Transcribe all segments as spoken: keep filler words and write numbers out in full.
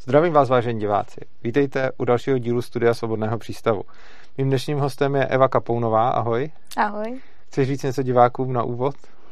Zdravím vás, vážení diváci. Vítejte u dalšího dílu Studia Svobodného přístavu. Mým dnešním hostem je Eva Kapounová. Ahoj. Ahoj. Chceš říct něco divákům na úvod?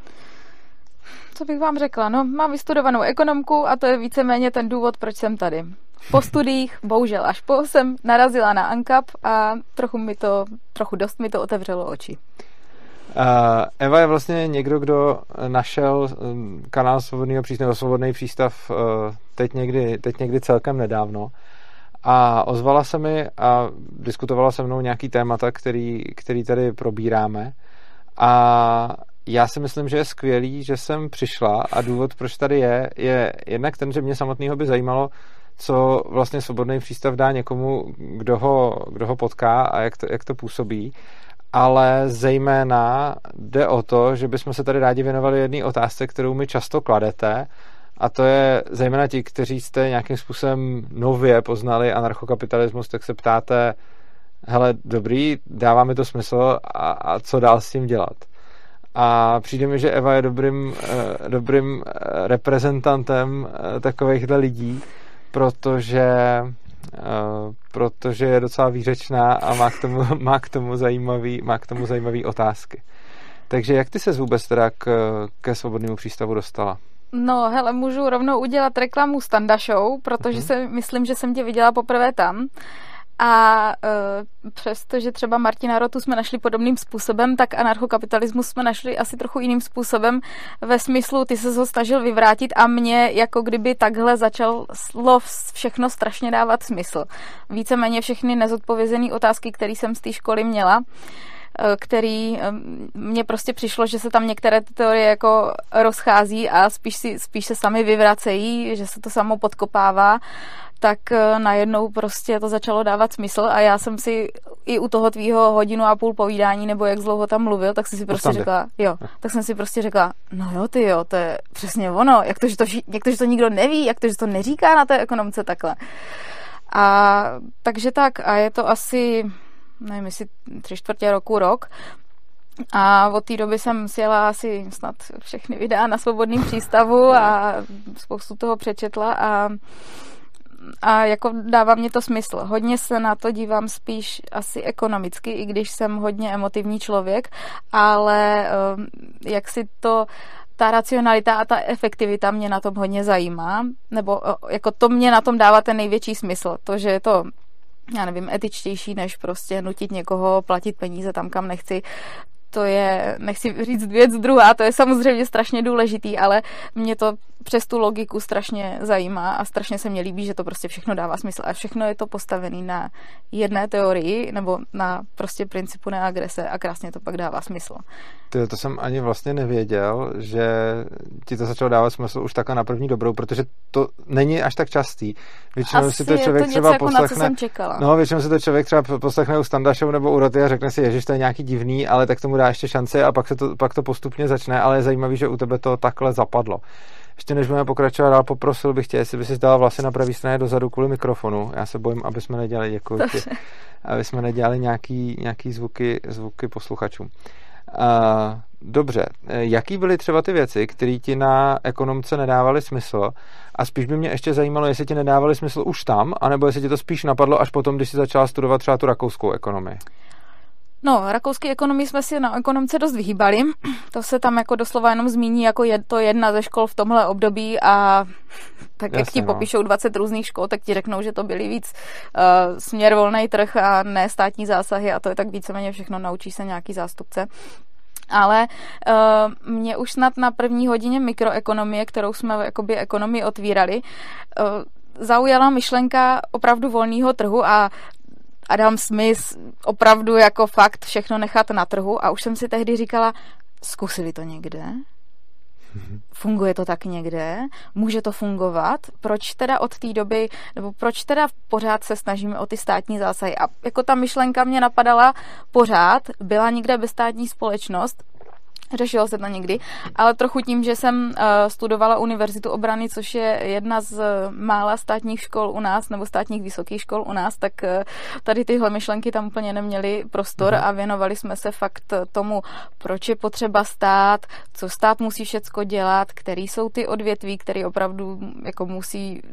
Co bych vám řekla? No, mám vystudovanou ekonomku a to je víceméně ten důvod, proč jsem tady. Po studiích, bohužel až po, jsem narazila na ANCAP a trochu mi to, trochu dost mi to otevřelo oči. Uh, Eva je vlastně někdo, kdo našel kanál Svobodného přístavu, Svobodný přístav uh, teď někdy, teď někdy celkem nedávno. A ozvala se mi a diskutovala se mnou nějaký témata, který, který tady probíráme. A já si myslím, že je skvělý, že jsem přišla a důvod, proč tady je, je jednak ten, že mě samotného by zajímalo, co vlastně Svobodný přístav dá někomu, kdo ho, kdo ho potká a jak to, jak to působí. Ale zejména jde o to, že bychom se tady rádi věnovali jedné otázce, kterou mi často kladete, a to je zejména ti, kteří jste nějakým způsobem nově poznali anarchokapitalismus, tak se ptáte, hele, dobrý, dává mi to smysl a, a co dál s tím dělat. A přijde mi, že Eva je dobrým, eh, dobrým reprezentantem eh, takovýchhle lidí, protože, eh, protože je docela výřečná a má k tomu, má k tomu zajímavý, má k tomu zajímavý otázky. Takže jak ty ses vůbec teda k, ke Svobodnému přístavu dostala? No, hele, můžu rovnou udělat reklamu Standa Show, protože uh-huh. si myslím, že jsem tě viděla poprvé tam. A e, přesto, že třeba Martina Rotu jsme našli podobným způsobem, tak anarchokapitalismus jsme našli asi trochu jiným způsobem ve smyslu, ty ses ho snažil vyvrátit a mě jako kdyby takhle začal slov všechno strašně dávat smysl. Víceméně všechny nezodpovězené otázky, které jsem z té školy měla, který mně prostě přišlo, že se tam některé teorie jako rozchází a spíš, si, spíš se sami vyvracejí, že se to samo podkopává, tak najednou prostě to začalo dávat smysl a já jsem si i u toho tvýho hodinu a půl povídání, nebo jak dlouho tam mluvil, tak jsem si prostě řekla, jo, tak jsem si prostě řekla, no jo, ty jo, to je přesně ono, jak to, že to, jak to, že to nikdo neví, jak to, že to neříká na té ekonomce takhle. A takže tak, a je to asi nevím, jestli tři čtvrtě roku, rok. A od té doby jsem sjela asi snad všechny videa na Svobodném přístavu a spoustu toho přečetla a, a jako dává mě to smysl. Hodně se na to dívám spíš asi ekonomicky, i když jsem hodně emotivní člověk, ale jak si to ta racionalita a ta efektivita mě na tom hodně zajímá, nebo jako to mě na tom dává ten největší smysl. To, že je to já nevím, etičtější, než prostě nutit někoho platit peníze tam, kam nechci. To je, nechci říct věc druhá, to je samozřejmě strašně důležitý, ale mě to přes tu logiku strašně zajímá a strašně se mně líbí, že to prostě všechno dává smysl a všechno je to postavené na jedné teorii nebo na prostě principu neagrese a krásně to pak dává smysl. Ty, to jsem ani vlastně nevěděl, že ti to začalo dávat smysl už takhle na první dobrou, protože to není až tak častý. Většinou Asi si to člověk to třeba jako poslechne. Na co jsem čekala. No, většinou si to člověk třeba poslechne u Standa Show nebo u Roty a řekne si, ježiš, to je nějaký divný, ale tak tomu dá ještě šanci a pak se to, pak to postupně začne, ale je zajímavý, že u tebe to takhle zapadlo. Ještě než budeme pokračovat dál, poprosil bych tě, jestli by si dala vlasy na pravé straně dozadu kvůli mikrofonu. Já se bojím, aby jsme nedělali, děkuji ti, aby jsme nedělali nějaký, nějaký zvuky, zvuky posluchačům. Uh, dobře, jaký byly třeba ty věci, které ti na ekonomce nedávaly smysl a spíš by mě ještě zajímalo, jestli ti nedávaly smysl už tam, anebo jestli ti to spíš napadlo až potom, když jsi začala studovat třeba tu rakouskou ekonomii. No, rakouské ekonomii jsme si na ekonomce dost vyhýbali. To se tam jako doslova jenom zmíní jako je to jedna ze škol v tomhle období a tak jak Jasně, ti no. popíšou dvacet různých škol, tak ti řeknou, že to byly víc uh, směr volný trh a ne státní zásahy a to je tak víceméně všechno, naučí se nějaký zástupce. Ale uh, mě už snad na první hodině mikroekonomie, kterou jsme jakoby ekonomii otvírali, uh, zaujala myšlenka opravdu volného trhu a Adam Smith opravdu jako fakt všechno nechat na trhu a už jsem si tehdy říkala, zkusili to někde? Funguje to tak někde? Může to fungovat? Proč teda od té doby, nebo proč teda pořád se snažíme o ty státní zásahy? A jako ta myšlenka mě napadala pořád, byla někde bezstátní společnost, řešilo se to někdy, ale trochu tím, že jsem uh, studovala Univerzitu obrany, což je jedna z mála státních škol u nás, nebo státních vysokých škol u nás, tak uh, tady tyhle myšlenky tam úplně neměly prostor mm. a věnovali jsme se fakt tomu, proč je potřeba stát, co stát musí všecko dělat, který jsou ty odvětví, které opravdu jako musí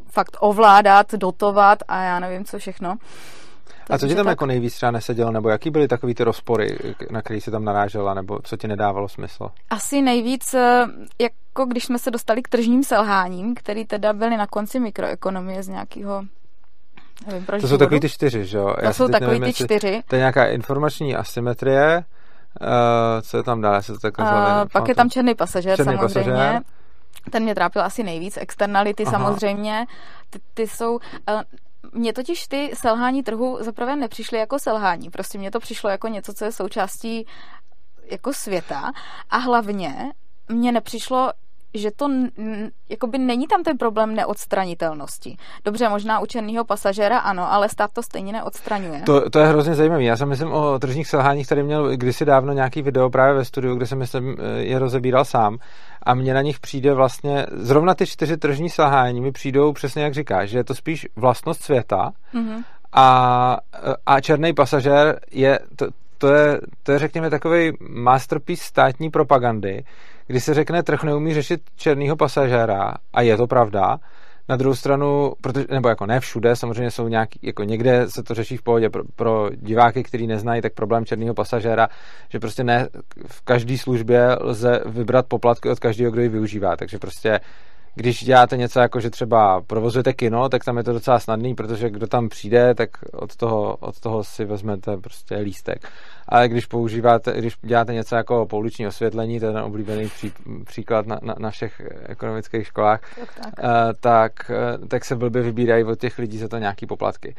fakt ovládat, dotovat a já nevím, co všechno. A co ti tam tak... jako nejvíc třeba nesedělo, nebo jaký byly takový ty rozpory, na který jsi tam narážela, nebo co ti nedávalo smysl? Asi nejvíc, jako když jsme se dostali k tržním selháním, který teda byly na konci mikroekonomie z nějakého, nevím proč. To jsou takový ty čtyři, že jo? To jsou takový ty čtyři. To je nějaká informační asymetrie, uh, co je tam dál? Se to takhle uh, pak je tam černý pasažér, černý samozřejmě. Pasažér. Ten mě trápil asi nejvíc. Externality Aha. samozřejmě. Ty, ty jsou... Uh, Mně totiž ty selhání trhu zaprvé nepřišly jako selhání. Prostě mně to přišlo jako něco, co je součástí jako světa. A hlavně mně nepřišlo, že to jakoby není tam ten problém neodstranitelnosti. Dobře, možná u černého pasažéra ano, ale stát to stejně neodstraňuje. To, to je hrozně zajímavé. Já jsem myslím o tržních selháních tady měl kdysi dávno nějaký video právě ve studiu, kde jsem myslím je rozebíral sám a mně na nich přijde vlastně, zrovna ty čtyři tržní selhání mi přijdou přesně jak říkáš, že je to spíš vlastnost světa mm-hmm. a, a černý pasažér je to, to je, to je řekněme takovej masterpiece státní propagandy, kdy se řekne, trh neumí řešit černýho pasažéra a je to pravda. Na druhou stranu, protože, nebo jako ne všude, samozřejmě jsou nějaký, jako někde se to řeší v pohodě pro, pro diváky, kteří neznají, tak problém černého pasažéra, že prostě ne v každé službě lze vybrat poplatky od každého, kdo ji využívá, takže prostě když děláte něco jako, že třeba provozujete kino, tak tam je to docela snadný, protože kdo tam přijde, tak od toho, od toho si vezmete prostě lístek. Ale když používáte, když děláte něco jako pouliční osvětlení, to je ten oblíbený pří, příklad na, na, na všech ekonomických školách, tak, tak. Uh, tak, uh, tak se blbě vybírají od těch lidí za to nějaký poplatky.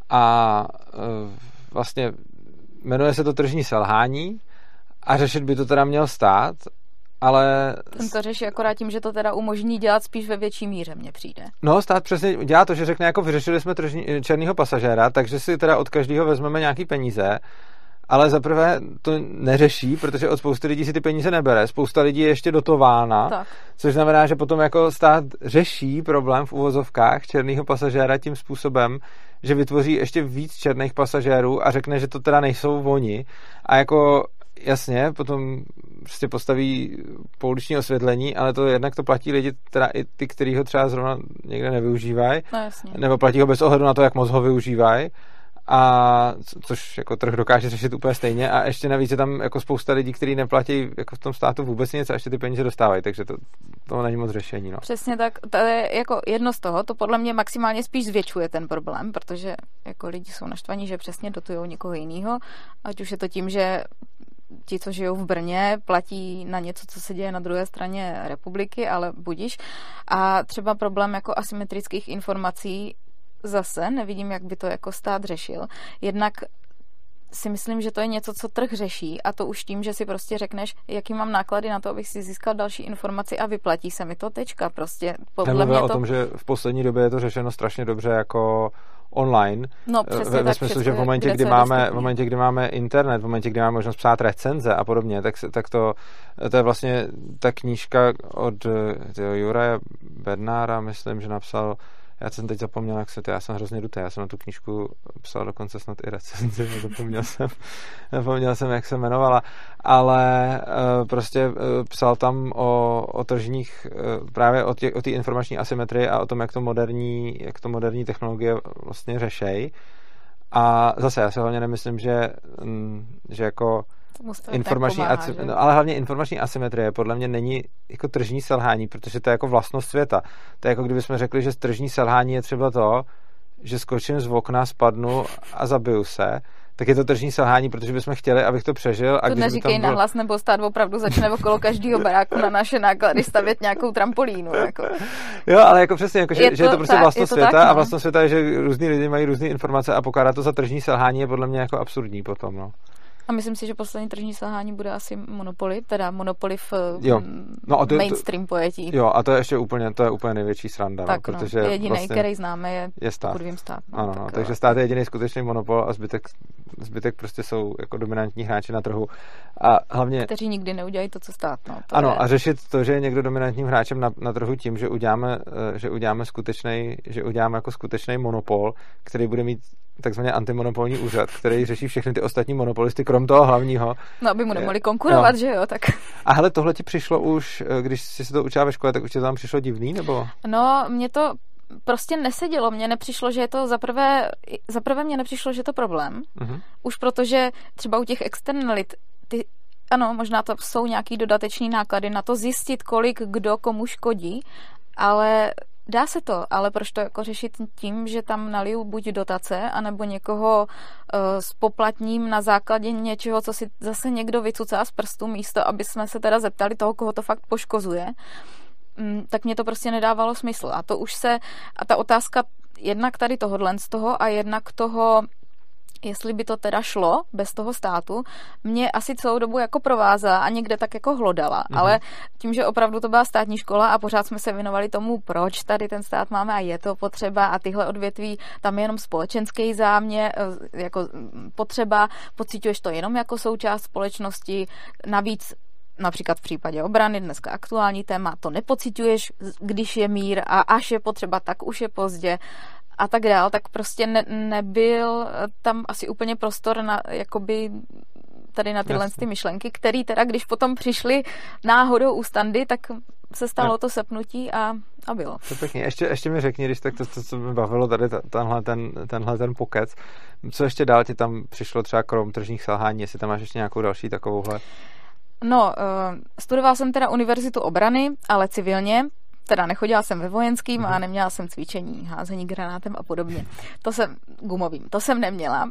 A uh, vlastně jmenuje se to tržní selhání a řešit by to teda měl stát, ale... Ten to řeší akorát tím, že to teda umožní dělat spíš ve větší míře, mně přijde. No, stát přesně dělá to, že řekne, jako vyřešili jsme tržní, černýho pasažéra, takže si teda od každého vezmeme nějaký peníze, ale zaprvé to neřeší, protože od spousty lidí si ty peníze nebere. Spousta lidí je ještě dotována, tak. Což znamená, že potom jako stát řeší problém v uvozovkách černýho pasažéra tím způsobem, že vytvoří ještě víc černých pasažérů a řekne, že to teda nejsou oni. A jako jasně, potom prostě postaví pouliční osvětlení, ale to jednak to platí lidi, teda i ty, kteří ho třeba zrovna někde nevyužívají, no, nebo platí ho bez ohledu na to, jak moc ho využívají. A což jako trh dokáže řešit úplně stejně a ještě navíc je tam jako spousta lidí, kteří neplatí jako v tom státu vůbec nic a ještě ty peníze dostávají, takže to, to není moc řešení. No. Přesně tak, to je jako jedno z toho, to podle mě maximálně spíš zvětšuje ten problém, protože jako lidi jsou naštvaní, že přesně dotujou někoho jiného, ať už je to tím, že ti, co žijou v Brně, platí na něco, co se děje na druhé straně republiky, ale budiš. A třeba problém jako asymetrických informací zase nevidím, jak by to jako stát řešil. Jednak si myslím, že to je něco, co trh řeší a to už tím, že si prostě řekneš, jaký mám náklady na to, abych si získal další informaci a vyplatí se mi to, tečka. Prostě podle mě to... o tom, že v poslední době je to řešeno strašně dobře jako online. No, přesně ve, ve tak, smyslu, že v momentě, kdy máme, v momentě, kdy máme internet, v momentě, kdy máme možnost psát recenze a podobně, tak, tak to, to je vlastně ta knížka od tyjo, Juraje Bednára, myslím, že napsal. Já jsem teď zapomněl, jak se to, já jsem hrozně dutý, já jsem na tu knížku psal dokonce snad i recenzi, zapomněl jsem, zapomněl jsem, jak se jmenovala, ale uh, prostě uh, psal tam o, o tržních, uh, právě o té o informační asymetrii a o tom, jak to moderní, jak to moderní technologie vlastně řešejí. A zase, já se hlavně nemyslím, že, m, že jako informační, pomáhá, asi, no, ale hlavně informační asymetrie podle mě není jako tržní selhání, protože to je jako vlastnost světa. To je jako kdybychom řekli, že tržní selhání je třeba to, že skočím z okna, spadnu a zabiju se, tak je to tržní selhání, protože bychom chtěli, abych to přežil. A to neříkej byl... nahlas, nebo stát opravdu začne okolo každého baráku na naše náklady stavět nějakou trampolínu. Jako. Jo, ale jako přesně, jako, že, je, to, že je to prostě ta, vlastnost je to světa tak, no. A vlastnost světa je, že různí lidi mají různé informace a pokládat to za tržní selhání je podle mě jako absurdní potom, no. A myslím si, že poslední tržní selhání bude asi Monopoly, teda Monopoly v jo. No, to, mainstream pojetí. Jo, a to je ještě úplně, to je úplně největší sranda. Tak no, protože no, jediný, vlastně který známe, je, je stát. Pokud vím, stát. No, ano, no, takže stát je jediný skutečný monopol a zbytek, zbytek prostě jsou jako dominantní hráči na trhu. A hlavně... Kteří nikdy neudělají to, co stát. No, to ano, je... a řešit to, že je někdo dominantním hráčem na, na trhu tím, že uděláme, že uděláme skutečný, že uděláme jako skutečný monopol, který bude mít takzvaně antimonopolní úřad, který řeší všechny ty ostatní monopolisty, krom toho hlavního. No, aby mu nemohli konkurovat, no. Že jo, tak. A hele, tohle ti přišlo už, když jsi se to učila ve škole, tak už ti to tam přišlo divný, nebo? No, mě to prostě nesedělo. Mně nepřišlo, že je to zaprvé, zaprvé mně nepřišlo, že je to problém. Uh-huh. Už protože třeba u těch externalit, ty, ano, možná to jsou nějaký dodateční náklady na to zjistit, kolik kdo komu škodí, ale dá se to, ale proč to jako řešit tím, že tam naliju buď dotace, anebo někoho uh, spoplatním na základě něčeho, co si zase někdo vycucá z prstu, místo, aby jsme se teda zeptali toho, koho to fakt poškozuje, um, tak mě to prostě nedávalo smysl. A to už se, a ta otázka jednak tady tohodlen z toho a jednak toho, jestli by to teda šlo bez toho státu, mě asi celou dobu jako provázela a někde tak jako hlodala. Mm-hmm. Ale tím, že opravdu to byla státní škola a pořád jsme se věnovali tomu, proč tady ten stát máme a je to potřeba a tyhle odvětví, tam je jenom společenský záměr, jako potřeba, pociťuješ to jenom jako součást společnosti, navíc například v případě obrany, dneska aktuální téma, to nepociťuješ, když je mír a až je potřeba, tak už je pozdě a tak dál, tak prostě ne, nebyl tam asi úplně prostor na, jakoby tady na tyhle ty myšlenky, které teda, když potom přišly náhodou u standy, tak se stalo no. to sepnutí a, a bylo. To pěkně. Ještě, ještě mi řekni, když tak to, to, co mi bavilo tady, tenhle ten, tenhle ten pokec, co ještě dál ti tam přišlo třeba krom tržních selhání, jestli tam máš ještě nějakou další takovouhle? No, studovala jsem teda univerzitu obrany, ale civilně, teda nechodila jsem ve vojenským a neměla jsem cvičení, házení granátem a podobně. To jsem gumovým, to jsem neměla,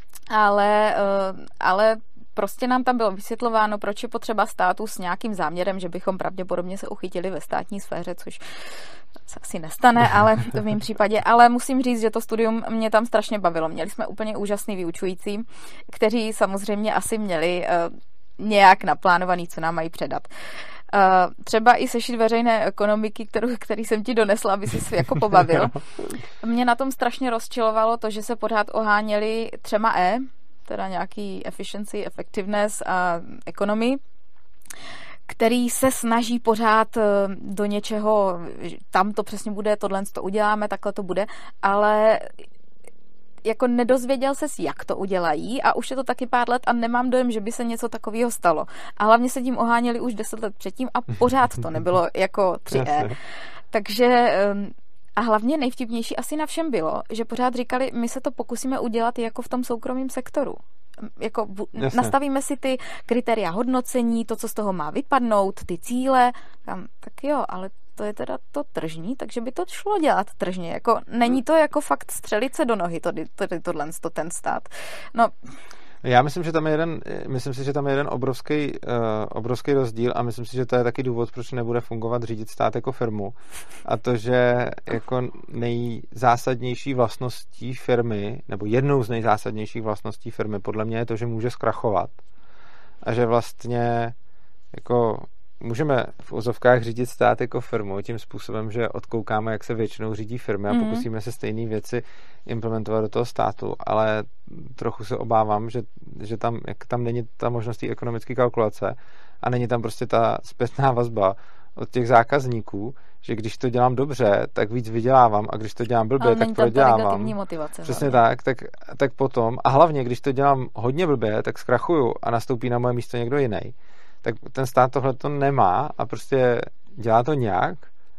ale, ale prostě nám tam bylo vysvětlováno, proč je potřeba státu s nějakým záměrem, že bychom pravděpodobně se uchytili ve státní sféře, což se asi nestane, ale v mém případě. Ale musím říct, že to studium mě tam strašně bavilo. Měli jsme úplně úžasný vyučující, kteří samozřejmě asi měli nějak naplánovaný, co nám mají předat. Uh, třeba i sešit veřejné ekonomiky, kterou, který jsem ti donesla, aby si se jako pobavil. Mě na tom strašně rozčilovalo to, že se pořád oháněli třema E, teda nějaký efficiency, effectiveness a economy, který se snaží pořád do něčeho, tam to přesně bude, tohle to uděláme, takhle to bude, ale jako nedozvěděl ses, jak to udělají a už je to taky pár let a nemám dojem, že by se něco takového stalo. A hlavně se tím oháněli už deset let předtím a pořád to nebylo jako tři E. Takže a hlavně nejvtipnější asi na všem bylo, že pořád říkali, my se to pokusíme udělat jako v tom soukromém sektoru. Jako Jasně. nastavíme si ty kritéria hodnocení, to, co z toho má vypadnout, ty cíle, tam, tak jo, ale to je teda to tržní, takže by to šlo dělat tržně. Jako, není to jako fakt střelit se do nohy, to, to, tohle, to, ten stát. No. Já myslím, že tam je jeden, myslím si, že tam je jeden obrovský, uh, obrovský rozdíl a myslím si, že to je taky důvod, proč nebude fungovat řídit stát jako firmu. A to, že jako nejzásadnější vlastností firmy, nebo jednou z nejzásadnějších vlastností firmy, podle mě je to, že může zkrachovat. A že vlastně jako můžeme v ozovkách řídit stát jako firmu tím způsobem, že odkoukáme, jak se většinou řídí firmy a pokusíme se stejné věci implementovat do toho státu, ale trochu se obávám, že, že tam, jak tam není ta možnost té ekonomické kalkulace a není tam prostě ta zpětná vazba od těch zákazníků, že když to dělám dobře, tak víc vydělávám a když to dělám blbě, ale tak prodělávám. Motivace, Přesně tak, tak, tak potom a hlavně, když to dělám hodně blbě, tak zkrachuju a nastoupí na moje místo někdo jiný. Tak ten stát tohle to nemá a prostě dělá to nějak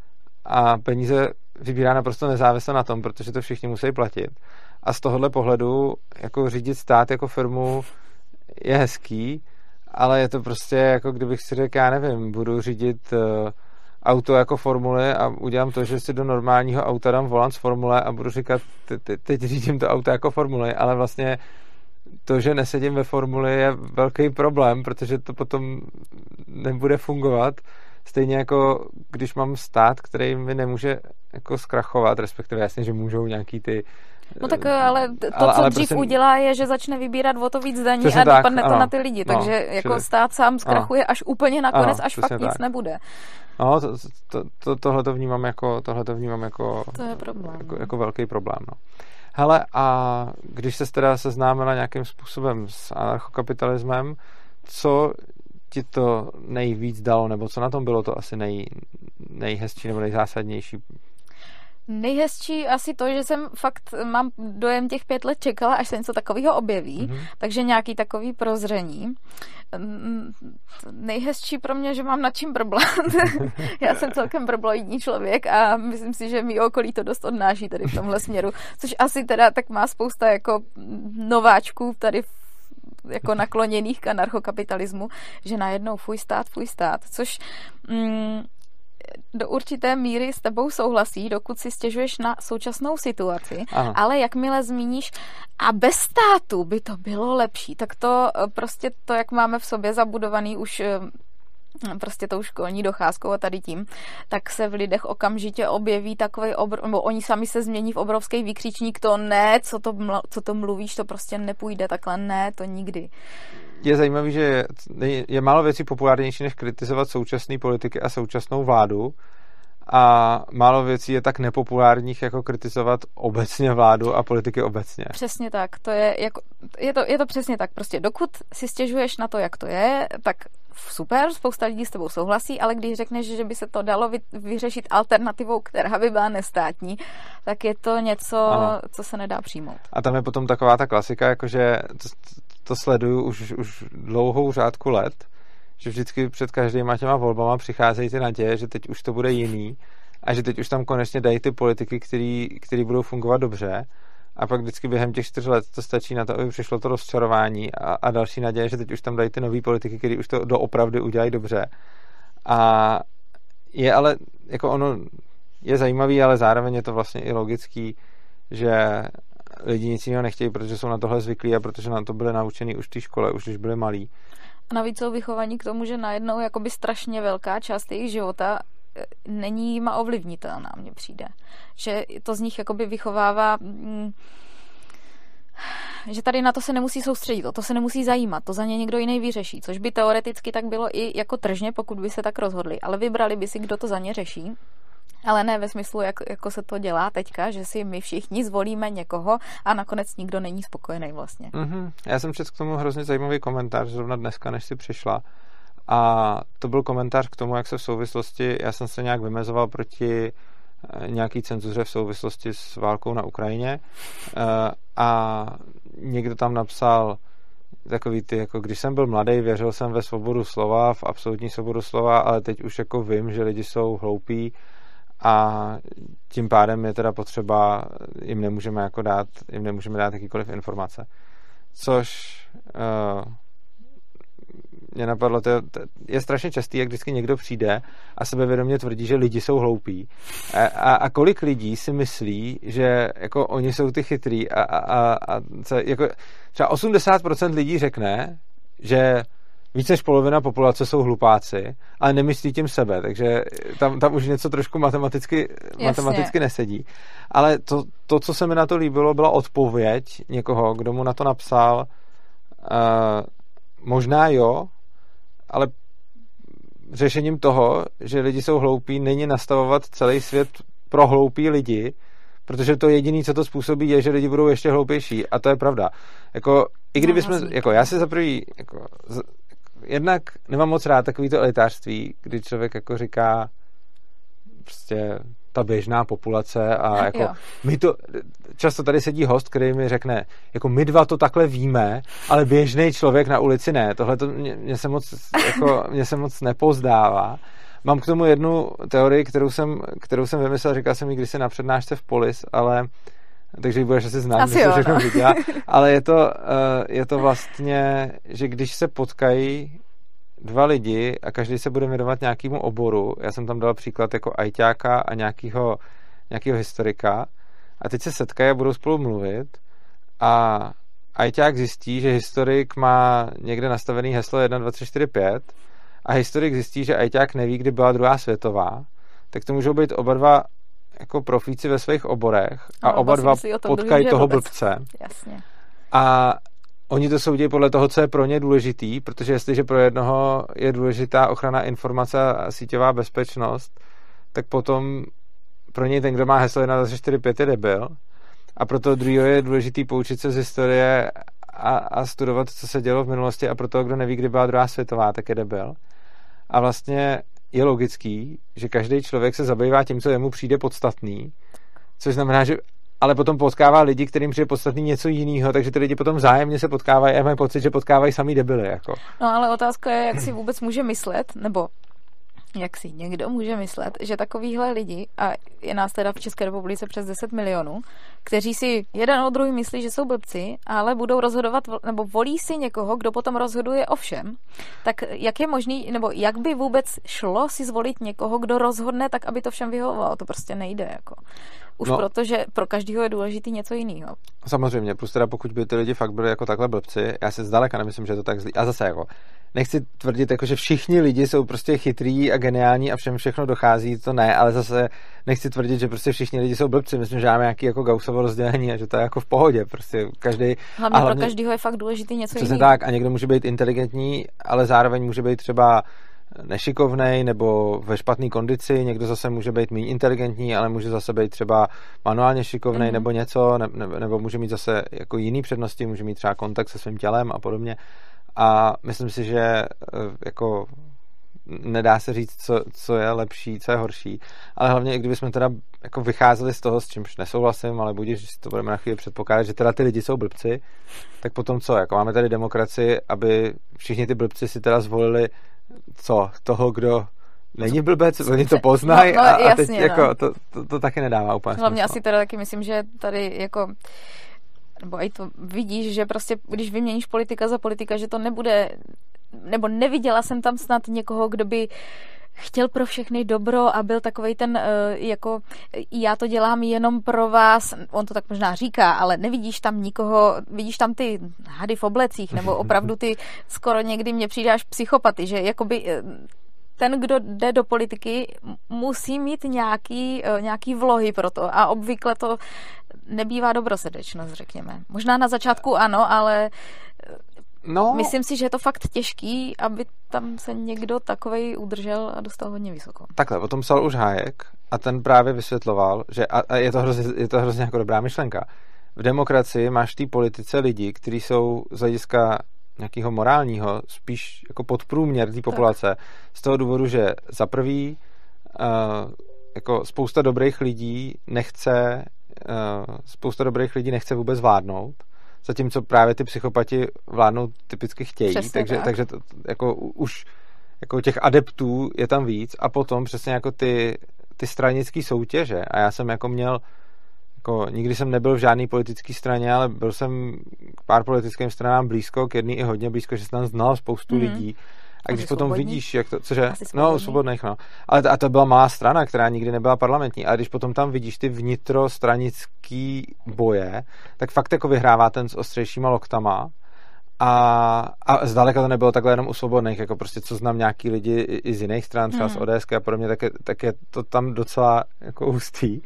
a peníze vybírá naprosto nezávisle na tom, protože to všichni musí platit. A z tohohle pohledu jako řídit stát jako firmu je hezký, ale je to prostě jako kdybych si řekl, já nevím, budu řídit uh, auto jako formule a udělám to, že si do normálního auta dám volant z formule a budu říkat, teď řídím to auto jako formule, ale vlastně to, že nesedím ve formuli, je velký problém, protože to potom nebude fungovat. Stejně jako když mám stát, který mi nemůže jako zkrachovat, respektive jasně, že můžou nějaký ty... No tak ale to, ale, co ale dřív prostě... udělá, je, že začne vybírat o to víc daní Přesně a tak, dopadne to ano. na ty lidi. No, takže jako čili... stát sám zkrachuje ano. až úplně nakonec, ano, až fakt tak. nic nebude. No, to, to, to, tohle to vnímám jako, tohle to vnímám jako, to je problém. Jako, jako velký problém, no. Hele, a když se teda seznámila nějakým způsobem s anarchokapitalismem, co ti to nejvíc dalo, nebo co na tom bylo to asi nej, nejhezčí nebo nejzásadnější? Nejhezčí asi to, že jsem fakt, mám dojem těch pět let čekala, až se něco takového objeví, mm-hmm. takže nějaký takový prozření. Nejhezčí pro mě, že mám nad čím brblat. Já jsem celkem brbloidní člověk a myslím si, že mý okolí to dost odnáší tady v tomhle směru, což asi teda tak má spousta jako nováčků tady jako nakloněných k anarchokapitalismu, že najednou fuj stát, fuj stát, což mm, do určité míry s tebou souhlasí, dokud si stěžuješ na současnou situaci, ano. Ale jakmile zmíníš a bez státu by to bylo lepší, tak to prostě to, jak máme v sobě zabudovaný už prostě tou školní docházkou a tady tím, tak se v lidech okamžitě objeví takový obr... nebo oni sami se změní v obrovský výkřičník, to ne, co to, ml... co to mluvíš, to prostě nepůjde, takhle ne, to nikdy. Je zajímavý, že je, je málo věcí populárnější, než kritizovat současné politiky a současnou vládu a málo věcí je tak nepopulárních, jako kritizovat obecně vládu a politiky obecně. Přesně tak, to je, jako, je, to, je to přesně tak, prostě dokud si stěžuješ na to, jak to je, tak super, spousta lidí s tebou souhlasí, ale když řekneš, že by se to dalo vyřešit alternativou, která by byla nestátní, tak je to něco, ano. co se nedá přijmout. A tam je potom taková ta klasika, jakože to, to sleduju už, už dlouhou řádku let, že vždycky před každýma těma volbama přicházejí ty naděje, že teď už to bude jiný a že teď už tam konečně dají ty politiky, který, který budou fungovat dobře. A pak vždycky během těch čtyř let to stačí na to, aby přišlo to rozčarování a, a další naděje, že teď už tam dají ty nový politiky, který už to doopravdy udělají dobře. A je ale, jako ono je zajímavý, ale zároveň je to vlastně i logický, že lidi nic jiného nechtějí, protože jsou na tohle zvyklí a protože na to byli naučení už v té škole, už když byli malí. A navíc jsou vychovaní k tomu, že najednou jakoby strašně velká část jejich života není jima ovlivnitelná, mně přijde. Že to z nich jakoby vychovává, že tady na to se nemusí soustředit, o to se nemusí zajímat, to za ně někdo jiný vyřeší, což by teoreticky tak bylo i jako tržně, pokud by se tak rozhodli, ale vybrali by si, kdo to za ně řeší. Ale ne ve smyslu, jak, jako se to dělá teďka, že si my všichni zvolíme někoho a nakonec nikdo není spokojený vlastně. Mm-hmm. Já jsem četl k tomu hrozně zajímavý komentář zrovna dneska, než si přišla. A to byl komentář k tomu, jak se v souvislosti, já jsem se nějak vymezoval proti nějaký cenzuře v souvislosti s válkou na Ukrajině a někdo tam napsal takový ty, jako když jsem byl mladý, věřil jsem ve svobodu slova, v absolutní svobodu slova, ale teď už jako vím, že lidi jsou hloupí a tím pádem je teda potřeba, jim nemůžeme jako dát, jim nemůžeme dát jakýkoliv informace. Což uh, mě napadlo, to je, to je strašně častý, jak vždycky někdo přijde a sebevědomě tvrdí, že lidi jsou hloupí. A, a, a kolik lidí si myslí, že jako oni jsou ty chytrý a, a, a, a co, jako, třeba osmdesát procent lidí řekne, že víc než polovina populace jsou hlupáci, ale nemyslí tím sebe, takže tam, tam už něco trošku matematicky, matematicky nesedí. Ale to, to, co se mi na to líbilo, byla odpověď někoho, kdo mu na to napsal uh, možná jo, ale řešením toho, že lidi jsou hloupí, není nastavovat celý svět pro hloupí lidi, protože to jediné, co to způsobí, je, že lidi budou ještě hloupější. A to je pravda. Jako, i kdyby jsme, jako já si za prvý, jako, z, jednak nemám moc rád takovýto elitářství, kdy člověk jako říká prostě ta běžná populace a jako my to, často tady sedí host, který mi řekne, jako my dva to takhle víme, ale běžný člověk na ulici ne. Tohle to mě, mě, se moc, jako, mě se moc nepozdává. Mám k tomu jednu teorii, kterou jsem, kterou jsem vymyslel, říkal jsem ji kdysi na přednášce v Polis, ale takže ji budeš asi znát, že jsem všechno viděla, ale je to, je to vlastně, že když se potkají dva lidi a každý se bude věnovat nějakému oboru. Já jsem tam dal příklad jako ajťáka a nějakého, nějakého historika a teď se setkají a budou spolu mluvit a ajťák zjistí, že historik má někde nastavený heslo jedna, dva, tři, čtyři, pět a historik zjistí, že ajťák neví, kdy byla druhá světová, tak to můžou být oba dva jako profíci ve svých oborech a no, oba dva potkají toho blbce. Jasně. A oni to soudí podle toho, co je pro ně důležitý, protože jestliže pro jednoho je důležitá ochrana informace a síťová bezpečnost, tak potom pro něj ten, kdo má heslo jedna, dva, tři, čtyři, pět je debil a pro toho druhého je důležitý poučit se z historie a, a studovat, co se dělo v minulosti a pro toho, kdo neví, kdy byla druhá světová, tak je debil. A vlastně je logický, že každý člověk se zabývá tím, co jemu přijde podstatný Což znamená, že ale potom potkává lidi, kterým přijde podstatný něco jiného, takže ty lidi potom vzájemně se potkávají a mají pocit, že potkávají samý debily. Jako. No ale otázka je, jak si vůbec může myslet, nebo jak si někdo může myslet, že takovýhle lidi, a je nás teda v České republice přes deset milionů, kteří si jeden od druhý myslí, že jsou blbci, ale budou rozhodovat, nebo volí si někoho, kdo potom rozhoduje o všem, tak jak je možný, nebo jak by vůbec šlo si zvolit někoho, kdo rozhodne tak, aby to všem vyhovovalo? To prostě nejde, jako. Už no, protože pro každého je důležitý něco jiného. Samozřejmě, plus teda pokud by ty lidi fakt byli jako takhle blbci, já se zdaleka nemyslím, že je to tak zlý. A zase jako, nechci tvrdit, jako, že všichni lidi jsou prostě chytrý a geniální a všem všechno dochází, to ne, ale zase nechci tvrdit, že prostě všichni lidi jsou blbci. Myslím, že máme nějaký jako Gaussovo rozdělení a že to je jako v pohodě. Prostě každý. Hlavně, hlavně pro každého je fakt důležitý něco jiného. Přesně tak, a někdo může být inteligentní, ale zároveň může být třeba nešikovnej nebo ve špatné kondici, někdo zase může být méně inteligentní, ale může zase být třeba manuálně šikovnej mm-hmm. nebo něco, ne, ne, nebo může mít zase jako jiný přednosti, může mít třeba kontakt se svým tělem a podobně. A myslím si, že jako nedá se říct, co, co je lepší, co je horší, ale hlavně, i kdybychom teda jako vycházeli z toho, s čímž nesouhlasím, ale budíš, že si to budeme na chvíli předpokládat, že teda ty lidi jsou blbci, tak potom co? Jako máme tady demokracii, aby všichni ty blbci si teda zvolili co? Toho, kdo není blbec, oni to poznají no, no, a, a teď jasně, jako no. to, to, to taky nedává úplně hlavně smysl. Asi teda taky myslím, že tady jako nebo i to vidíš, že prostě když vyměníš politika za politika, že to nebude, nebo neviděla jsem tam snad někoho, kdo by chtěl pro všechny dobro a byl takovej ten, jako já to dělám jenom pro vás, on to tak možná říká, ale nevidíš tam nikoho, vidíš tam ty hady v oblecích, nebo opravdu ty skoro někdy mně přijde až psychopaty, že jakoby ten, kdo jde do politiky, musí mít nějaký, nějaký vlohy pro to a obvykle to nebývá dobrosrdečnost, řekněme. Možná na začátku ano, ale no, myslím si, že je to fakt těžký, aby tam se někdo takovej udržel a dostal hodně vysoko. Takhle, o tom psal už Hayek a ten právě vysvětloval, že a, a je, to hrozně, je to hrozně jako dobrá myšlenka. V demokracii máš v té politice lidi, kteří jsou z hlediska nějakého morálního spíš jako podprůměr té populace. Tak. Z toho důvodu, že za prvý uh, jako spousta dobrých lidí nechce uh, spousta dobrých lidí nechce vůbec vládnout, zatímco právě ty psychopati vládnout typicky chtějí, přesně takže, tak. takže to, jako už jako těch adeptů je tam víc a potom přesně jako ty, ty stranické soutěže a já jsem jako měl jako, nikdy jsem nebyl v žádné politické straně, ale byl jsem k pár politickým stranám blízko, k jedný i hodně blízko, že jsem tam znal spoustu mm. lidí. A když potom svobodný? Vidíš, jak to, cože? No, svobodných, no. Ale to, a to byla malá strana, která nikdy nebyla parlamentní. A když potom tam vidíš ty vnitrostranický boje, tak fakt jako vyhrává ten s ostřejšíma loktama. A, a zdaleka to nebylo takhle jenom u svobodných, jako prostě co znám nějaký lidi i z jiných stran, třeba mm. z ODSky a podobně, tak je, tak je to tam docela jako hustý.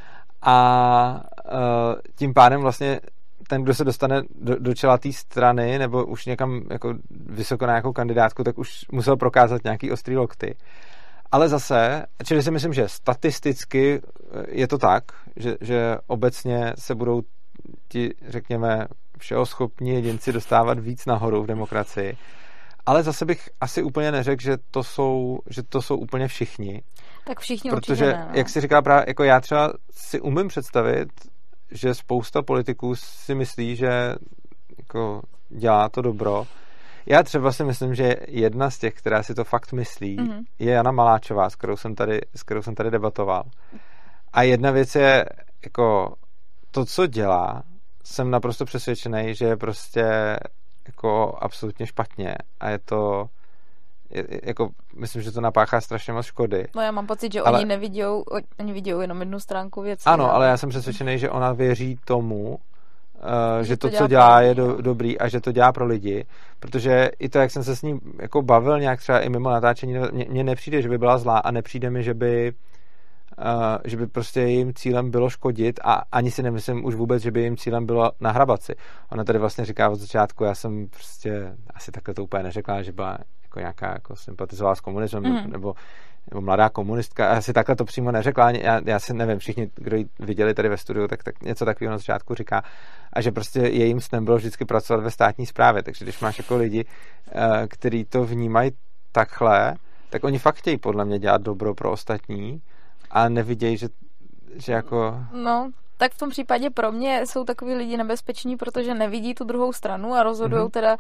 A uh, tím pádem vlastně ten, kdo se dostane do, do čela té strany nebo už někam jako vysoko na nějakou kandidátku, tak už musel prokázat nějaký ostrý lokty. Ale zase, čili si myslím, že statisticky je to tak, že, že obecně se budou ti, řekněme, všehoschopní jedinci dostávat víc nahoru v demokracii. Ale zase bych asi úplně neřekl, že to jsou, že to jsou úplně všichni. Tak všichni protože, určitě ne, no. Jak jsi říkala právě, jako já třeba si umím představit, že spousta politiků si myslí, že jako dělá to dobro. Já třeba si myslím, že jedna z těch, která si to fakt myslí, mm-hmm. je Jana Maláčová, s kterou jsem tady, s kterou jsem tady debatoval. A jedna věc je, jako to, co dělá, jsem naprosto přesvědčený, že je prostě jako absolutně špatně a je to je, jako, myslím, že to napáchá strašně moc škody. No já mám pocit, že ale, oni nevidějou, oni vidějou jenom jednu stránku věcí. Ano, ale já jsem přesvědčený, že ona věří tomu, uh, že, že to, to co dělá, je do, dobrý a že to dělá pro lidi, protože i to, jak jsem se s ní jako bavil nějak třeba i mimo natáčení, mně nepřijde, že by byla zlá a nepřijde mi, že by Uh, že by prostě jejím cílem bylo škodit a ani si nemyslím už vůbec, že by jejím cílem bylo nahrabat si. Ona tady vlastně říká od začátku, já jsem prostě asi takhle to úplně neřekla, že byla jako nějaká jako sympatizovala s komunismem mm. nebo, nebo mladá komunistka, a asi takhle to přímo neřekla, já, já si nevím, všichni, kdo ji viděli tady ve studiu, tak, tak něco takového na začátku říká a že prostě jejím snem bylo vždycky pracovat ve státní správě, takže když máš jako lidi, uh, kteří to vnímají takhle, tak oni fakt chtějí podle mě dělat dobro pro ostatní a nevidějí, že že jako... No, tak v tom případě pro mě jsou takový lidi nebezpeční, protože nevidí tu druhou stranu a rozhodují mm-hmm. teda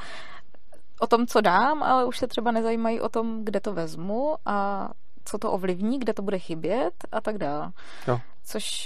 o tom, co dám, ale už se třeba nezajímají o tom, kde to vezmu a co to ovlivní, kde to bude chybět a tak dále. Jo. Což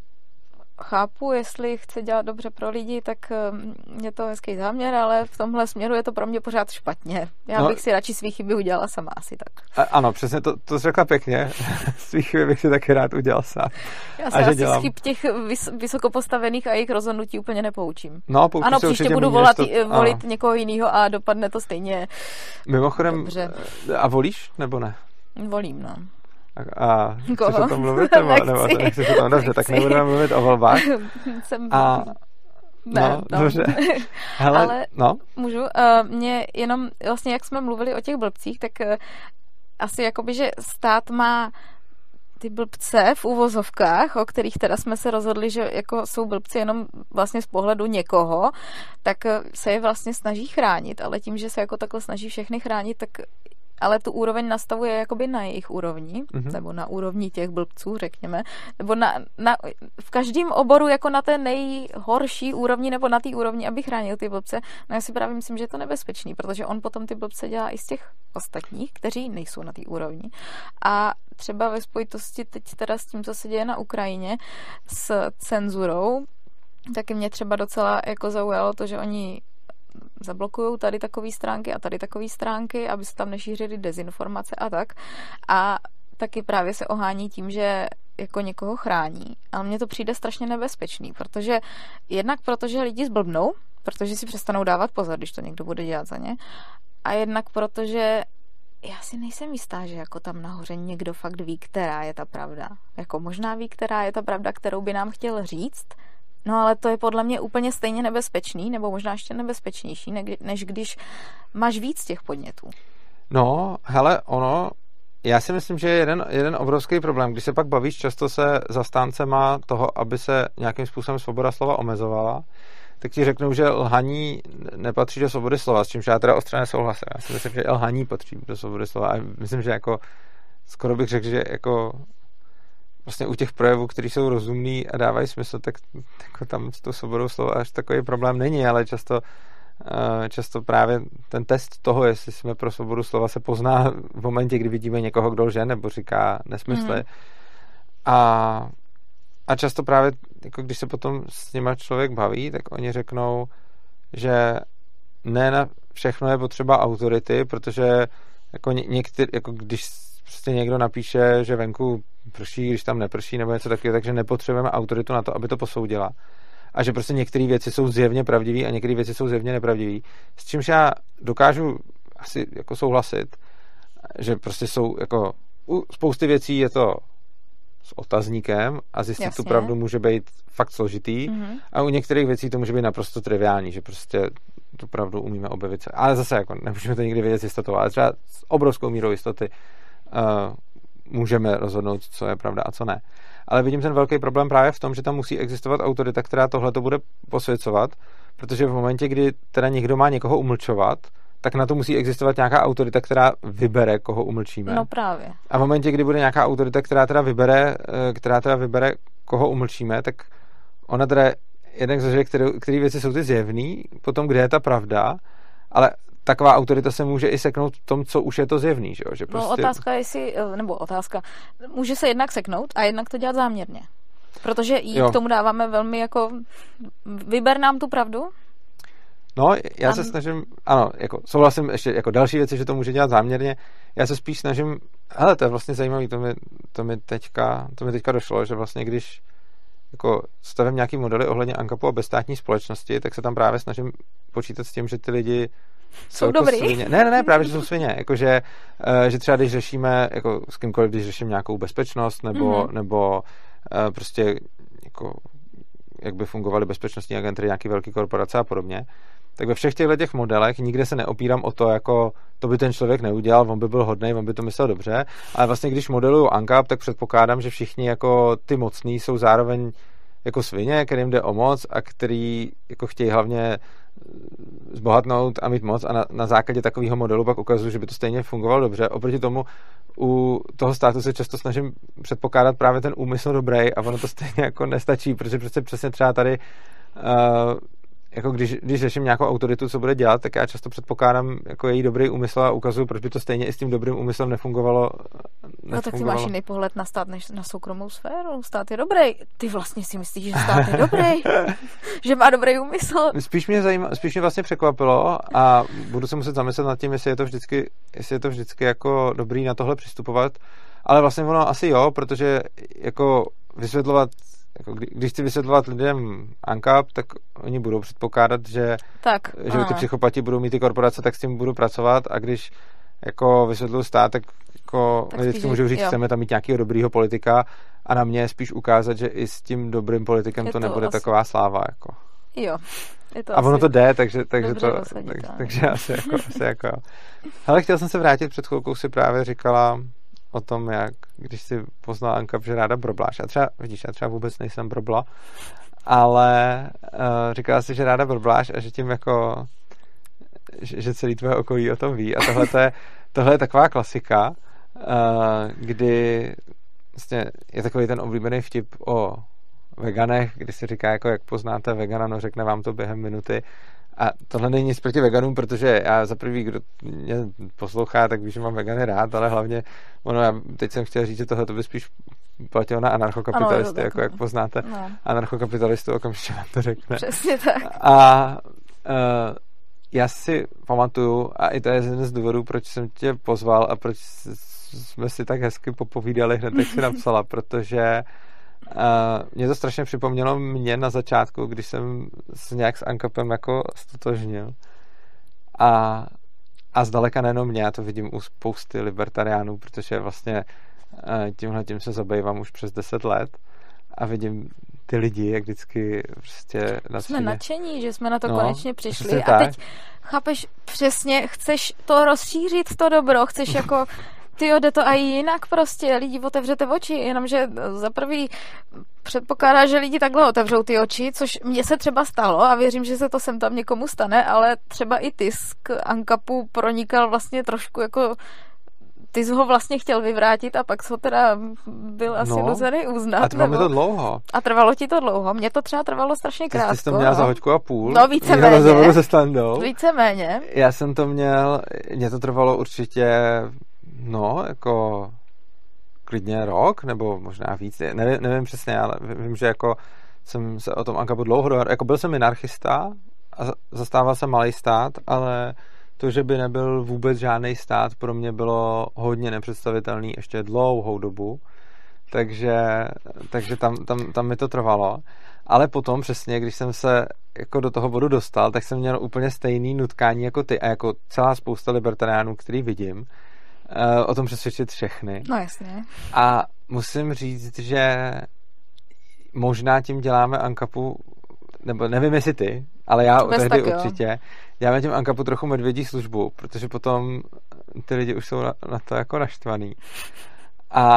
chápu, jestli chce dělat dobře pro lidi, tak je to hezký záměr, ale v tomhle směru je to pro mě pořád špatně. Já no, bych si radši svý chyby udělala sama asi tak. A, ano, přesně to, to řekla pěkně. Svý chyby bych si taky rád udělal sám. Já se asi dělám... z chyb těch vys, vysokopostavených a jejich rozhodnutí úplně nepoučím. No, ano, příště budu volat, to... volit ano. někoho jiného a dopadne to stejně Mimochodem, dobře. A volíš nebo ne? Volím, no. A, a chceš o tom mluvit? Nebo, nechci. nebo to nechceš o tom? Dobře, tak nebudeme mluvit o volbách. Jsem... A, ne, no, no. Dobře. Hele, ale no. Můžu? Uh, mě jenom, vlastně jak jsme mluvili o těch blbcích, tak uh, asi jakoby, že stát má ty blbce v uvozovkách, o kterých teda jsme se rozhodli, že jako jsou blbci jenom vlastně z pohledu někoho, tak se je vlastně snaží chránit, ale tím, že se jako takhle snaží všechny chránit, tak ale tu úroveň nastavuje jakoby na jejich úrovni, mm-hmm. nebo na úrovni těch blbců, řekněme, nebo na, na, v každém oboru jako na té nejhorší úrovni, nebo na té úrovni, aby chránil ty blbce. No já si právě myslím, že je to nebezpečný, protože on potom ty blbce dělá i z těch ostatních, kteří nejsou na té úrovni. A třeba ve spojitosti teď teda s tím, co se děje na Ukrajině, s cenzurou, taky mě třeba docela jako zaujalo to, že oni zablokují tady takové stránky a tady takové stránky, aby se tam nešířily dezinformace a tak. A taky právě se ohání tím, že jako někoho chrání. Ale mně to přijde strašně nebezpečný, protože jednak protože lidi zblbnou, protože si přestanou dávat pozor, když to někdo bude dělat za ně. A jednak protože já si nejsem jistá, že jako tam nahoře někdo fakt ví, která je ta pravda. Jako možná ví, která je ta pravda, kterou by nám chtěl říct. No ale to je podle mě úplně stejně nebezpečný, nebo možná ještě nebezpečnější, než když máš víc těch podnětů. No, hele, ono, já si myslím, že je jeden, jeden obrovský problém, když se pak bavíš často se zastáncema toho, aby se nějakým způsobem svoboda slova omezovala, tak ti řeknou, že lhaní nepatří do svobody slova, s čímž já teda ostře nesouhlasím. Já si myslím, že lhaní patří do svobody slova a myslím, že jako skoro bych řekl, že jako vlastně u těch projevů, které jsou rozumný a dávají smysl, tak jako tam s tou svobodou slova až takový problém není, ale často, často právě ten test toho, jestli jsme pro svobodu slova, se pozná v momentě, kdy vidíme někoho, kdo lže nebo říká nesmysly. Mm. A, a často právě, jako když se potom s nima člověk baví, tak oni řeknou, že ne na všechno je potřeba autority, protože jako některý, jako když prostě někdo napíše, že venku prší, když tam neprší, nebo něco takového, takže nepotřebujeme autoritu na to, aby to posoudila. A že prostě některé věci jsou zjevně pravdivé a některé věci jsou zjevně nepravdivé. S čímž já dokážu asi jako souhlasit, že prostě jsou jako u spousty věcí je to s otazníkem a zjistit Jasně. tu pravdu může být fakt složitý mm-hmm. a u některých věcí to může být naprosto triviální, že prostě tu pravdu umíme objevit. Ale zase jako nemůžeme to nikdy vědět s jistotou, ale třeba s obrovskou mírou jistoty uh, můžeme rozhodnout, co je pravda a co ne. Ale vidím ten velký problém právě v tom, že tam musí existovat autorita, která tohle to bude posvěcovat, protože v momentě, kdy teda někdo má někoho umlčovat, tak na to musí existovat nějaká autorita, která vybere, koho umlčíme. No právě. A v momentě, kdy bude nějaká autorita, která teda vybere, která teda vybere, koho umlčíme, tak ona teda jednak zažije, které, které věci jsou ty zjevný, potom kde je ta pravda, ale taková autorita se může i seknout v tom, co už je to zjevný, že jo? Že prostě... No otázka je si, nebo otázka, může se jednak seknout a jednak to dělat záměrně. Protože jí jo. k tomu dáváme velmi jako, vyber nám tu pravdu. No, já se snažím, ano, jako souhlasím ještě jako další věci, že to může dělat záměrně. Já se spíš snažím, hele, to je vlastně zajímavý, to mi, to mi teďka, to mi teďka došlo, že vlastně když jako stavím nějaký modely ohledně ANCAPu a bezstátní společnosti, tak se tam právě snažím počítat s tím, že ty lidi jsou jako dobrý. Svině. Ne, ne, ne, právě, že jsou svině. Jakože, že třeba když řešíme, jako s kýmkoliv, když řeším nějakou bezpečnost, nebo, mm-hmm. nebo prostě jako, jak by fungovaly bezpečnostní agentury, nějaký velký korporace a podobně, tak ve všech těchto těch modelech nikde se neopírám o to, jako to by ten člověk neudělal, on by byl hodnej, on by to myslel dobře, ale vlastně když modeluju ANCAP, tak předpokládám, že všichni jako ty mocní jsou zároveň jako svině, kterým jde o moc a který jako chtějí hlavně zbohatnout a mít moc a na, na základě takového modelu pak ukazuju, že by to stejně fungovalo dobře. Oproti tomu u toho státu se často snažím předpokládat právě ten úmysl dobrý a ono to stejně jako nestačí, protože přece přesně třeba tady uh, jako když, když řeším nějakou autoritu, co bude dělat, tak já často předpokládám jako její dobrý úmysl a ukazuju, proč by to stejně i s tím dobrým úmyslem nefungovalo. No tak ty máš jiný pohled na stát než na soukromou sféru. Stát je dobrý. Ty vlastně si myslíš, že stát je dobrý? Že má dobrý úmysl? Spíš mě, zajíma, spíš mě vlastně překvapilo a budu se muset zamyslet nad tím, jestli je to vždycky, jestli je to vždycky jako dobrý na tohle přistupovat. Ale vlastně ono asi jo, protože jako vysvětlovat Jako kdy, když chci vysvětlovat lidem ANCAP, tak oni budou předpokládat, že, tak, že ty psychopati budou mít ty korporace, tak s tím budu pracovat a když jako vysvětluji stát, tak jako tak vždycky můžu říct, jo. Chceme tam mít nějakého dobrýho politika a na mě spíš ukázat, že i s tím dobrým politikem to, to nebude asi taková sláva. Jako. Jo. Je to a ono to jde, takže, takže, to, tak, takže asi jako, asi jako jo. Hele, chtěl jsem se vrátit, před chvilkou si právě říkala o tom, jak když si poznala ANCAP, že ráda brobláš. A třeba, vidíš, já třeba vůbec nejsem brobla, ale uh, říkala si, že ráda brobláš a že tím jako že, že celý tvoje okolí o tom ví. A tohle je, tohle je taková klasika, uh, kdy vlastně je takový ten oblíbený vtip o veganech, kdy se říká, jako jak poznáte vegana, no řekne vám to během minuty. A tohle není nic proti veganům, protože já za prvý, kdo mě poslouchá, tak ví, že mám vegany rád, ale hlavně, ono, já teď jsem chtěl říct, že tohle to by spíš platilo na anarchokapitalisty, ano, jako jak poznáte no. Anarchokapitalistu, okamžitě vám to řekne. Přesně tak. A uh, já si pamatuju, a i to je jeden z důvodů, proč jsem tě pozval a proč jsme si tak hezky popovídali hned, jak si napsala, protože Uh, mě to strašně připomnělo mě na začátku, když jsem se nějak s ANCAPem jako stotožnil. A, a zdaleka nejenom mě, já to vidím u spousty libertariánů, protože vlastně uh, tímhle tím se zabývám už přes deset let a vidím ty lidi, jak vždycky prostě jsme nadšení, že jsme na to no, konečně přišli a teď chápeš přesně, chceš to rozšířit, to dobro, chceš jako tyjo, jde to i jinak prostě, lidi otevřete oči, jenomže za prvý předpokládá, že lidi takhle otevřou ty oči, což mně se třeba stalo a věřím, že se to sem tam někomu stane, ale třeba i tisk ANCAPu pronikal vlastně trošku jako ty jsi ho vlastně chtěl vyvrátit a pak jsi ho teda byl asi no, nucený uznat. A trvalo mi to dlouho. A trvalo ti to dlouho. Mně to třeba trvalo strašně krátko. Ty jsi to měla za hoďku a půl. No víceméně. se Standou. Víceméně. Já jsem to měl, mně to trvalo určitě no, jako klidně rok, nebo možná víc, nevím, nevím přesně, ale vím, že jako jsem se o tom ANCAPu dlouho, jako byl jsem minarchista a zastával jsem malý stát, ale to, že by nebyl vůbec žádný stát, pro mě bylo hodně nepředstavitelný ještě dlouhou dobu, takže, takže tam, tam, tam mi to trvalo. Ale potom přesně, když jsem se jako do toho bodu dostal, tak jsem měl úplně stejný nutkání jako ty a jako celá spousta libertariánů, který vidím, o tom přesvědčit všechny. No jasně. A musím říct, že možná tím děláme ANCAPu, nebo nevím jestli ty, ale já Bez tehdy tak, určitě, děláme tím ANCAPu trochu medvědí službu, protože potom ty lidi už jsou na, na to jako naštvaný. A,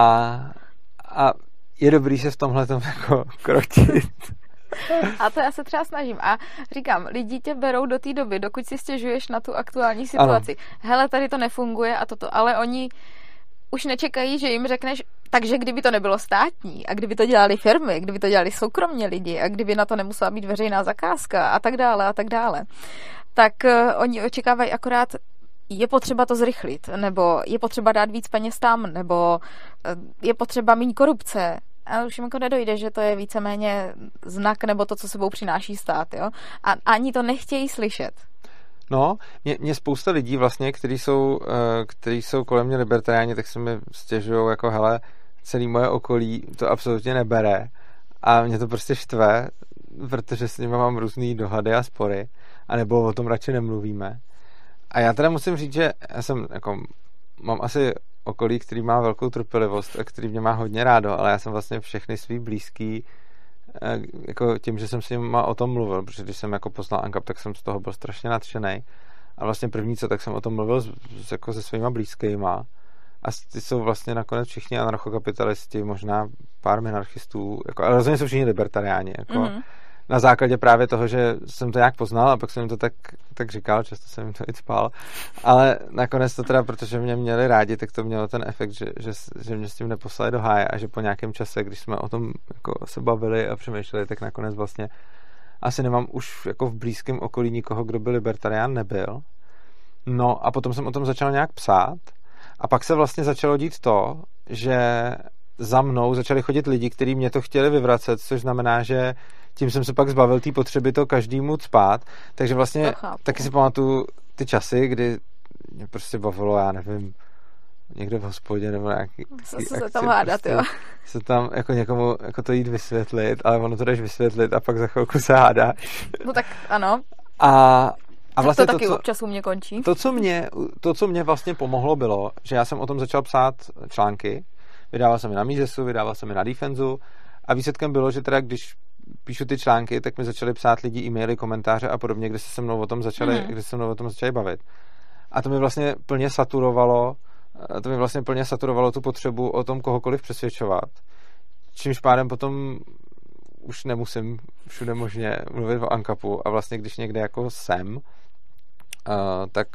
a je dobrý se v tomhle tom jako krotit. A to já se třeba snažím. A říkám, lidi tě berou do té doby, dokud si stěžuješ na tu aktuální situaci. Ano. Hele, tady to nefunguje a toto. Ale oni už nečekají, že jim řekneš, takže kdyby to nebylo státní a kdyby to dělali firmy, kdyby to dělali soukromně lidi a kdyby na to nemusela být veřejná zakázka a tak dále a tak dále, tak uh, oni očekávají akorát je potřeba to zrychlit, nebo je potřeba dát víc peněz tam, nebo uh, je potřeba méně korupce. A už jim jako nedojde, že to je víceméně znak nebo to, co sebou přináší stát, jo? A ani to nechtějí slyšet. No, mě, mě spousta lidí vlastně, kteří jsou, který jsou kolem mě libertariáni, tak se mi stěžujou jako hele, celý moje okolí to absolutně nebere a mě to prostě štve, protože s nimi mám různý dohady a spory a nebo o tom radši nemluvíme. A já teda musím říct, že já jsem jako, mám asi okolí, který má velkou trpělivost a který mě má hodně rádo, ale já jsem vlastně všechny svý blízký jako tím, že jsem s ním o tom mluvil, protože když jsem jako poznal ANCAP, tak jsem z toho byl strašně nadšenej a vlastně první co, tak jsem o tom mluvil s, jako se svýma blízkýma a ty jsou vlastně nakonec všichni anarchokapitalisti, možná pár minarchistů, jako, ale rozhodně jsou všichni libertariáni, jako, mm-hmm. na základě právě toho, že jsem to nějak poznal a pak jsem jim to tak, tak říkal, často jsem jim to i spal, ale nakonec to teda, protože mě měli rádi, tak to mělo ten efekt, že, že, že mě s tím neposlali do háje a že po nějakém čase, když jsme o tom jako se bavili a přemýšleli, tak nakonec vlastně asi nemám už jako v blízkém okolí nikoho, kdo by libertarián nebyl. No a potom jsem o tom začal nějak psát a pak se vlastně začalo dít to, že za mnou začali chodit lidi, kteří mě to chtěli vyvracet, což znamená, že tím jsem se pak zbavil té potřeby to každému cpát, takže vlastně taky si pamatuju ty časy, kdy mě prostě bavilo, já nevím, někde v hospodě nebo nějaký se, se tam hádat, prostě, jo. Se tam jako někomu jako to jít vysvětlit, ale ono to jdeš vysvětlit a pak za chvilku se hádáš. No tak ano. A A vlastně to taky to, co, občas u mě končí. To co mě, to, co mě vlastně pomohlo, bylo, že já jsem o tom začal psát články, vydával jsem je na Misesu, vydával jsem je na Defensu a výsledkem bylo, že teda když píšu ty články, tak mi začali psát lidi e-maily, komentáře a podobně, kde se se mnou o tom začali, mm. kde se mnou o tom začali bavit. A to mi vlastně plně saturovalo, to mi vlastně plně saturovalo tu potřebu o tom kohokoliv přesvědčovat. Čímž pádem potom už nemusím všude možně mluvit o ANCAPu a vlastně když někde jako jsem, uh, tak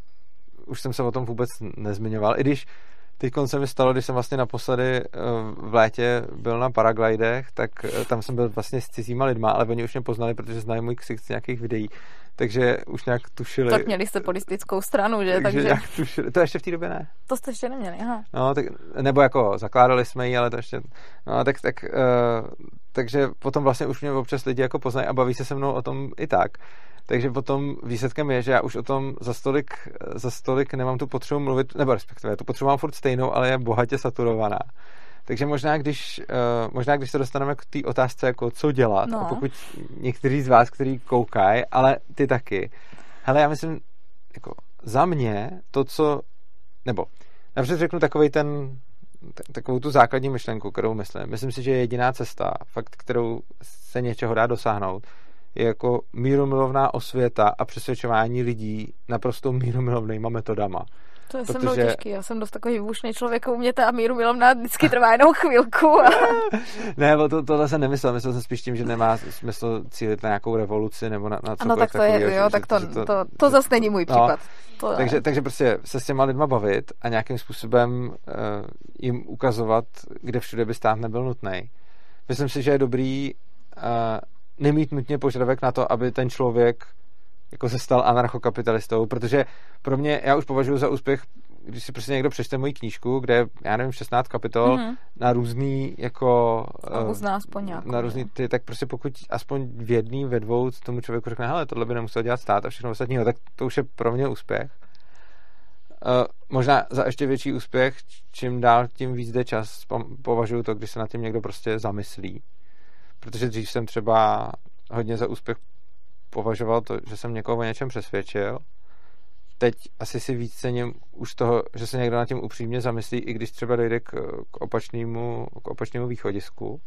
už jsem se o tom vůbec nezmiňoval. I když teď se mi stalo, když jsem vlastně naposledy v létě byl na paraglidech, tak tam jsem byl vlastně s cizíma lidma, ale oni už mě poznali, protože znají můj ksicht z nějakých videí, takže už nějak tušili. Tak měli jste politickou stranu, že? Takže, takže... nějak tušili. To ještě v té době ne. To jste ještě neměli, aha. No, tak, nebo jako zakládali jsme ji, ale to ještě, no, tak, tak uh, takže potom vlastně už mě občas lidi jako poznají a baví se se mnou o tom i tak. Takže potom výsledkem je, že já už o tom za stolik, za stolik nemám tu potřebu mluvit, nebo respektive tu potřebu mám furt stejnou, ale je bohatě saturovaná. Takže možná, když, uh, možná, když se dostaneme k té otázce, jako co dělat, no. A pokud někteří z vás, kteří koukají, ale ty taky, hele, já myslím, jako za mě to, co, nebo napřed řeknu takovej ten, takovou tu základní myšlenku, kterou myslím. Myslím si, že je jediná cesta, fakt, kterou se něčeho dá dosáhnout, je jako mírumilovná osvěta a přesvědčování lidí naprosto mírumilovnýma metodama. To je se mnou těžký, já jsem dost takový výbušný člověk, u mě ta mírumilovná vždycky trvá jenom chvilku. A... ne, to, tohle jsem nemyslel, myslel jsem spíš tím, že nemá smysl cílit na nějakou revoluci nebo na, na cokoliv ano, tak to takovýho, je, jo, že, tak to, že to, to, to zase není můj případ. No, to takže, takže prostě se s těma lidma bavit a nějakým způsobem uh, jim ukazovat, kde všude by stát nebyl nutný. Myslím si, že je dobrý uh, nemít nutně požadavek na to, aby ten člověk jako se stal anarchokapitalistou, protože pro mě, já už považuji za úspěch, když si prostě někdo přečte moji knížku, kde je, já nevím, šestnáct kapitol mm-hmm. na různý jako... Uzná aspoň nějakou, na různý ty, tak prostě pokud aspoň v jedný, ve dvou tomu člověku řekne, hele, tohle by nemusel dělat stát a všechno ostatního, tak to už je pro mě úspěch. Uh, možná za ještě větší úspěch, čím dál, tím víc jde čas, považuji to, když se nad tím někdo prostě zamyslí. Protože dřív jsem třeba hodně za úspěch považoval to, že jsem někoho o něčem přesvědčil. Teď asi si víc cením už toho, že se někdo nad tím upřímně zamyslí, i když třeba dojde k, k, opačnému, k opačnému východisku.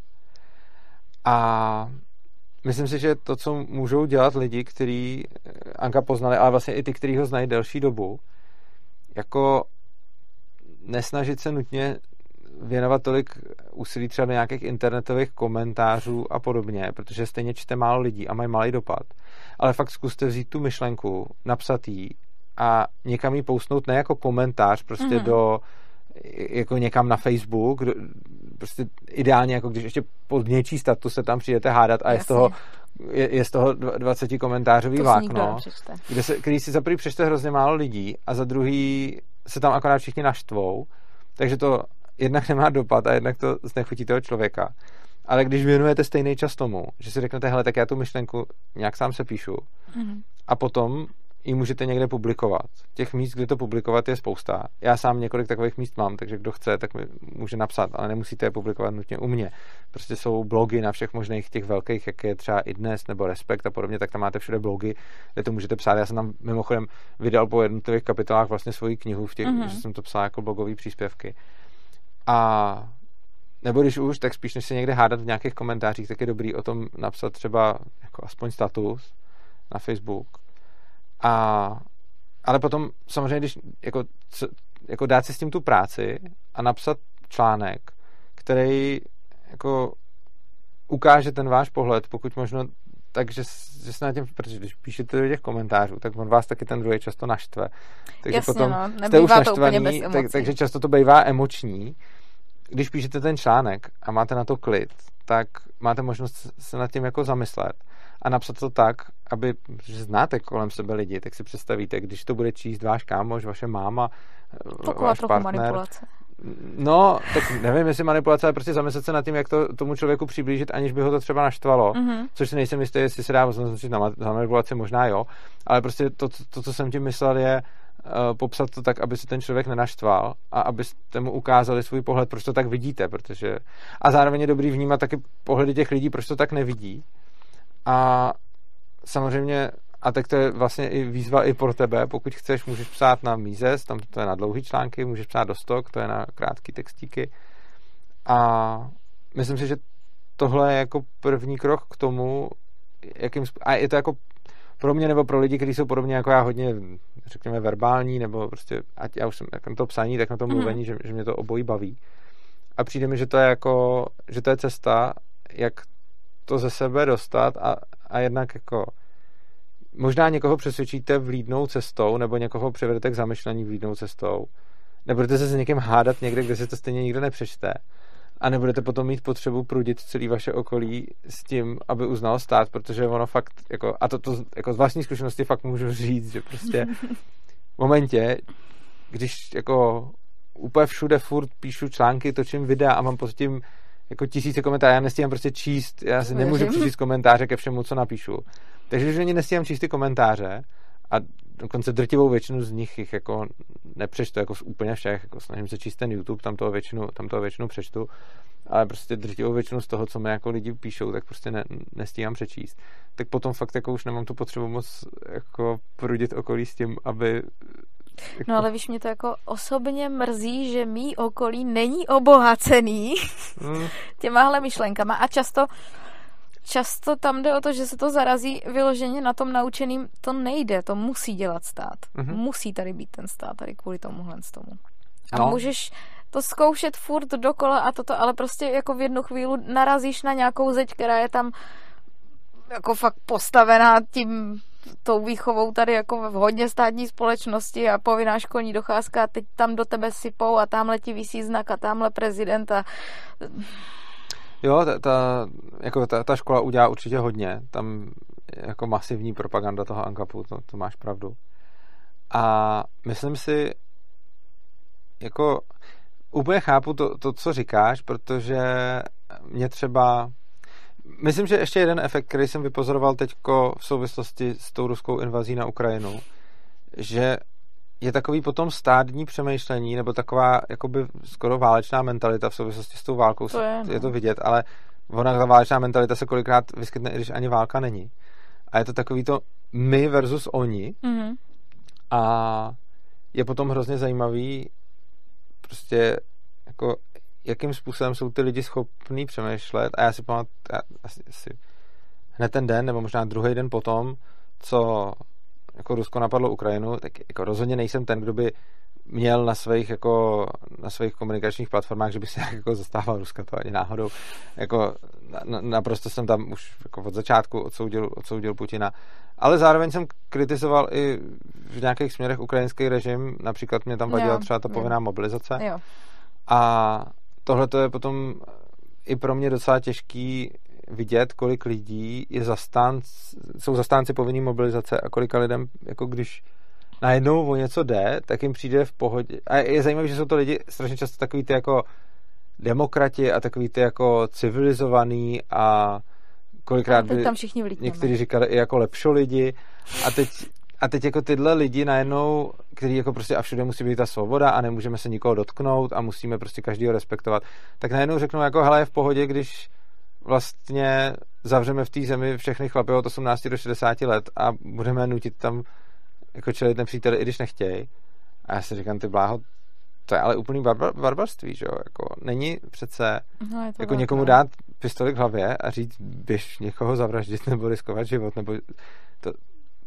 A myslím si, že to, co můžou dělat lidi, kteří Anka poznali, ale vlastně i ty, kteří ho znají delší dobu, jako nesnažit se nutně věnovat tolik úsilí třeba do nějakých internetových komentářů a podobně, protože stejně čte málo lidí a mají malý dopad. Ale fakt zkuste vzít tu myšlenku, napsat jí a někam ji postnout ne jako komentář, prostě mm. do jako někam na Facebook, do, prostě ideálně, jako když ještě pod něčí status se tam přijdete hádat a je z toho, je, je z toho dvacet komentářový vákno, kde se, který si za prvý přečte hrozně málo lidí a za druhý se tam akorát všichni naštvou, takže to jednak nemá dopad a jednak to znechutí toho člověka. Ale když věnujete stejný čas tomu, že si řeknete, hele, tak já tu myšlenku nějak sám se píšu mm. a potom ji můžete někde publikovat. Těch míst, kde to publikovat, je spousta. Já sám několik takových míst mám, takže kdo chce, tak mi může napsat, ale nemusíte je publikovat nutně u mě. Prostě jsou blogy na všech možných těch velkých, jak je třeba i Dnes nebo Respekt a podobně, tak tam máte všude blogy, kde to můžete psát. Já jsem tam mimochodem vydal po jednotlivých kapitolách vlastně svoji knihu, v těch, mm. že jsem to psal jako blogový příspěvky. A nebo když už, tak spíš než se někde hádat v nějakých komentářích, tak je dobrý o tom napsat třeba jako aspoň status na Facebook. A, ale potom samozřejmě, když jako, co, jako dát si s tím tu práci a napsat článek, který jako ukáže ten váš pohled, pokud možno takže že se na tím, protože když píšete do těch komentářů, tak on vás taky ten druhý často naštve. Takže Jasně, potom no, jste už naštvaný, tak, takže často to bývá emoční. Když píšete ten článek a máte na to klid, tak máte možnost se nad tím jako zamyslet a napsat to tak, aby, že znáte kolem sebe lidi, tak si představíte, když to bude číst váš kámoš, vaše máma, Taková váš trochu partner. Manipulace. No, tak nevím, jestli manipulace, ale prostě zamyslet se nad tím, jak to tomu člověku přiblížit, aniž by ho to třeba naštvalo, mm-hmm. což si nejsem jistý, jestli se dá označit na manipulaci, možná jo, ale prostě to, to co jsem tím myslel, je uh, popsat to tak, aby se ten člověk nenaštval a abyste mu ukázali svůj pohled, proč to tak vidíte, protože a zároveň je dobrý vnímat taky pohledy těch lidí, proč to tak nevidí. A samozřejmě a tak to je vlastně i výzva i pro tebe, pokud chceš, můžeš psát na Mízes, tam to je na dlouhý články, můžeš psát do Stok, to je na krátký textíky a myslím si, že tohle je jako první krok k tomu, jakým a je to jako pro mě nebo pro lidi, kteří jsou podobně jako já hodně, řekněme, verbální, nebo prostě, ať já už jsem jak na to psaní, tak na to mluvení, mm. že, že mě to obojí baví. A přijde mi, že to je jako, že to je cesta, jak to ze sebe dostat a, a jednak jako možná někoho přesvědčíte vlídnou cestou, nebo někoho přivedete k zamyšlení vlídnou cestou. Nebudete se s někým hádat někde, kde si to stejně nikdo nepřečte. A nebudete potom mít potřebu prudit celý vaše okolí s tím, aby uznal stát, protože ono fakt, jako, a to, to jako z vlastní zkušenosti fakt můžu říct, že prostě v momentě, když jako úplně všude furt píšu články, točím videa a mám pod tím jako tisíce komentářů, já nestíhám prostě číst, já si nemůžu přečíst komentáře ke všemu, co napíšu. Takže když ani nestíhám číst ty komentáře a dokonce drtivou většinu z nich jich jako nepřečtu, jako z úplně všech, jako snažím se číst ten YouTube, tam toho většinu, tam toho většinu přečtu, ale prostě drtivou většinu z toho, co mi jako lidi píšou, tak prostě ne, nestíhám přečíst. Tak potom fakt jako už nemám tu potřebu moc jako prudit okolí s tím, aby No ale víš, mě to jako osobně mrzí, že mý okolí není obohacený mm. těmahle myšlenkama a často často tam jde o to, že se to zarazí vyloženě na tom naučeným, to nejde, to musí dělat stát. Mm-hmm. Musí tady být ten stát, tady kvůli tomuhle z tomu. A no. můžeš to zkoušet furt dokola a toto, ale prostě jako v jednu chvíli narazíš na nějakou zeď, která je tam jako fakt postavená tím tou výchovou tady jako v hodně státní společnosti a povinná školní docházka a teď tam do tebe sypou a tamhle ti visí znak a tamhle prezident a... Jo, ta, ta, jako ta, ta škola udělá určitě hodně. Tam jako masivní propaganda toho ANCAPu, to, to máš pravdu. A myslím si, jako úplně chápu to, to, co říkáš, protože mě třeba myslím, že ještě jeden efekt, který jsem vypozoroval teďko v souvislosti s tou ruskou invazí na Ukrajinu, že je takový potom stádní přemýšlení, nebo taková jakoby skoro válečná mentalita v souvislosti s tou válkou. To je, no. je to vidět, ale ona, ta válečná mentalita se kolikrát vyskytne, i když ani válka není. A je to takový to my versus oni. Mm-hmm. A je potom hrozně zajímavý prostě jako jakým způsobem jsou ty lidi schopní přemýšlet a já si pamatuju asi, asi hned ten den, nebo možná druhý den potom, co jako Rusko napadlo Ukrajinu, tak jako rozhodně nejsem ten, kdo by měl na svých jako na svých komunikačních platformách, že by se jako zastával Ruska, to ani náhodou. Jako na, naprosto jsem tam už jako od začátku odsoudil, odsoudil Putina. Ale zároveň jsem kritizoval i v nějakých směrech ukrajinský režim, například mě tam vadila jo, třeba ta povinná jo. mobilizace. Jo. A tohle to je potom i pro mě docela těžký vidět, kolik lidí je zastánc, jsou zastánci povinné mobilizace a kolika lidem, jako když najednou o něco jde, tak jim přijde v pohodě. A je zajímavé, že jsou to lidi strašně často takový ty jako demokrati a takový ty jako civilizovaný a kolikrát by tam všichni vlítneme. Někteří říkali i jako lepšo lidi a teď A teď jako tyhle lidi najednou, který jako prostě a všude musí být ta svoboda a nemůžeme se nikoho dotknout a musíme prostě každýho respektovat, tak najednou řeknou jako hele, je v pohodě, když vlastně zavřeme v té zemi všechny chlapy od osmnácti do šedesáti let a budeme nutit tam jako čelit nepříteli, i když nechtějí. A já si říkám, ty bláho, to je ale úplný barbar, barbarství, že jo? Jako není přece no, je jako někomu dát pistoli k hlavě a říct, běž někoho zavraždit nebo riskovat život, nebo to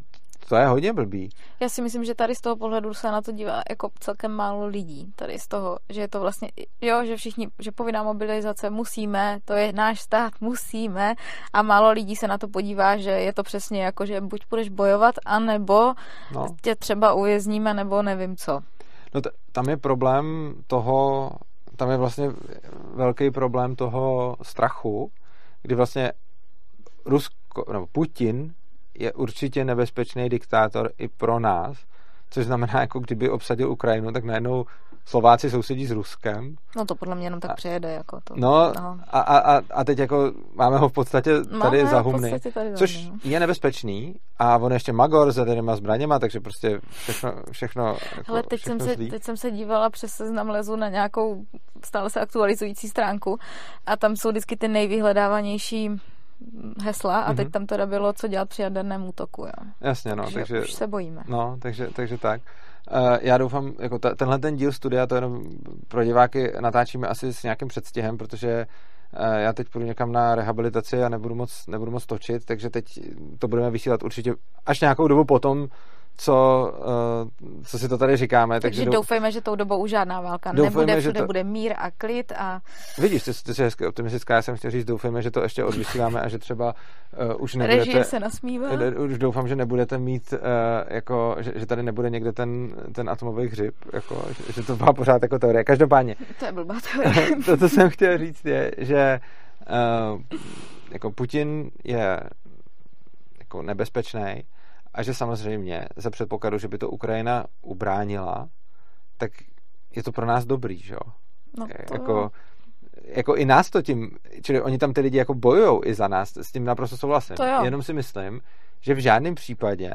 to je hodně blbý. Já si myslím, že tady z toho pohledu se na to dívá jako celkem málo lidí. Tady z toho, že je to vlastně, jo, že všichni, že povinná mobilizace musíme, to je náš stát, musíme a málo lidí se na to podívá, že je to přesně jako, že buď budeš bojovat, anebo no. tě třeba uvězníme, nebo nevím co. No t- tam je problém toho, tam je vlastně velký problém toho strachu, kdy vlastně Rusko, nebo Putin je určitě nebezpečný diktátor i pro nás, což znamená, jako kdyby obsadil Ukrajinu, tak najednou Slováci sousedí s Ruskem. No to podle mě jenom tak přejede. Jako to. No a, a, a teď jako máme ho v podstatě tady máme za humny, tady což no. je nebezpečný a on je ještě magor s jadernýma zbraněma, takže prostě všechno, všechno jako Hele, teď, všechno jsem se, teď jsem se dívala přes Seznam lezu na nějakou stále se aktualizující stránku a tam jsou vždycky ty nejvyhledávanější hesla a teď tam teda bylo, co dělat při jaderném útoku. Jo. Jasně, no. Takže, takže už se bojíme. No, takže, takže tak. Uh, já doufám, jako ta, tenhle ten díl studia, to jenom pro diváky natáčíme asi s nějakým předstihem, protože uh, já teď půjdu někam na rehabilitaci a nebudu moc, nebudu moc točit, takže teď to budeme vysílat určitě až nějakou dobu potom, co, uh, co si to tady říkáme. Takže, takže doufejme, že tou dobou už žádná válka doufejme, nebude, všude to... bude mír a klid. A... Vidíš, ty, ty jsi hezky optimistická, já jsem chtěl říct, doufejme, že to ještě odvysíláme a že třeba uh, už nebudete... Režie se nasmívá. Už doufám, že nebudete mít, uh, jako, že, že tady nebude někde ten, ten atomový hřib, jako, že, že to má pořád jako teorie. Každopádně. To je blbá teorie. To, co jsem chtěl říct, je, že uh, jako Putin je jako nebezpečný, a že samozřejmě za předpokladu, že by to Ukrajina ubránila, tak je to pro nás dobrý, že jo? No jako, jako i nás to tím, čili oni tam ty lidi jako bojujou i za nás, s tím naprosto souhlasím. Jenom si myslím, že v žádném případě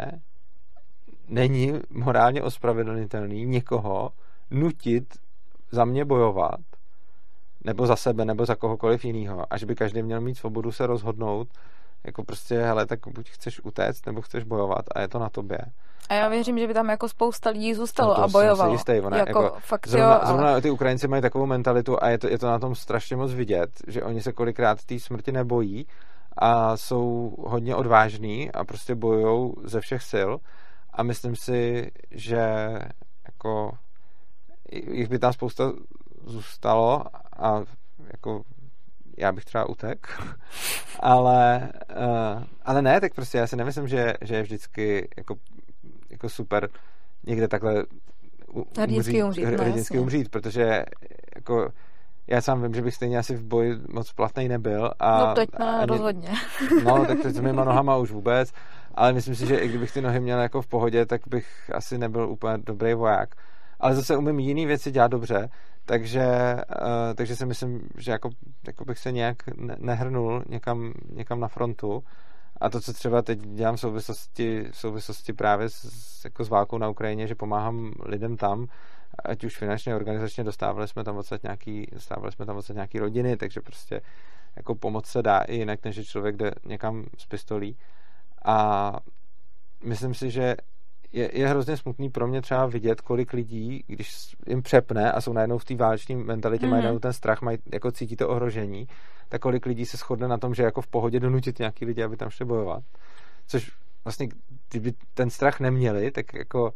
není morálně ospravedlnitelný někoho nutit za mě bojovat, nebo za sebe, nebo za kohokoliv jiného, až by každý měl mít svobodu se rozhodnout, jako prostě, hele, tak buď chceš utéct, nebo chceš bojovat a je to na tobě. A já věřím, že by tam jako spousta lidí zůstalo no a bojovalo. Jistý, ona, jako, jako, fakt zrovna, jo, ale... zrovna ty Ukrajinci mají takovou mentalitu a je to, je to na tom strašně moc vidět, že oni se kolikrát té smrti nebojí a jsou hodně odvážní a prostě bojujou ze všech sil a myslím si, že jako jich by tam spousta zůstalo a jako já bych třeba utek, ale, uh, ale ne, tak prostě já si nemyslím, že, že je vždycky jako, jako super někde takhle hrdinský umřít, umřít, hrdinský no, umřít, protože jako já sám vím, že bych stejně asi v boji moc platnej nebyl. A, no teď ne, ani, rozhodně. No, tak teď s mýma nohama už vůbec, ale myslím si, že i kdybych ty nohy měl jako v pohodě, tak bych asi nebyl úplně dobrý voják. Ale zase umím jiný věci dělat dobře, takže, uh, takže si myslím, že jako, jako bych se nějak ne- nehrnul někam, někam na frontu. A to, co třeba teď dělám v souvislosti, v souvislosti právě s, jako s válkou na Ukrajině, že pomáhám lidem tam, ať už finančně, organizačně, dostávali jsme tam odsaď nějaký, dostávali jsme tam odsaď nějaký rodiny, takže prostě jako pomoc se dá i jinak, než že člověk jde někam s pistolí. A myslím si, že je, je hrozně smutný pro mě třeba vidět, kolik lidí, když jim přepne a jsou najednou v té váleční mentalitě, mm-hmm. mají najednou ten strach, mají, jako cítí to ohrožení, tak kolik lidí se shodne na tom, že jako v pohodě donutit nějaký lidi, aby tam šli bojovat. Což vlastně, kdyby ten strach neměli, tak jako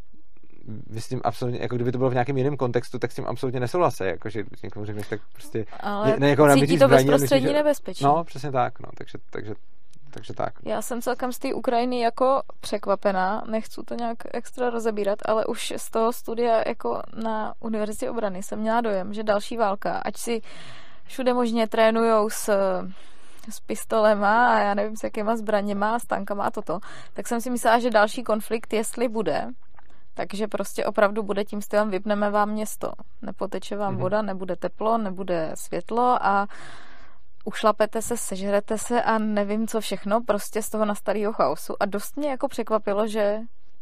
vy s tím absolutně, jako kdyby to bylo v nějakém jiném kontextu, tak s tím absolutně nesouhlasí, jako že někomu řekneš, tak prostě ale ne, jako cítí to bezprostřední nebezpečí. No, přesně tak, no, takže, takže Takže tak. Já jsem celkem z té Ukrajiny jako překvapená, nechci to nějak extra rozebírat, ale už z toho studia jako na Univerzitě obrany jsem měla dojem, že další válka, ať si všude možně trénujou s, s pistolema a já nevím, s jakýma zbraněma, s tankama a toto, tak jsem si myslela, že další konflikt, jestli bude, takže prostě opravdu bude tím stylem vypneme vám město. Nepoteče vám mm-hmm. voda, nebude teplo, nebude světlo a ušlapete se, sežerete se a nevím co všechno, prostě z toho nastalého chaosu. A dost mě jako překvapilo, že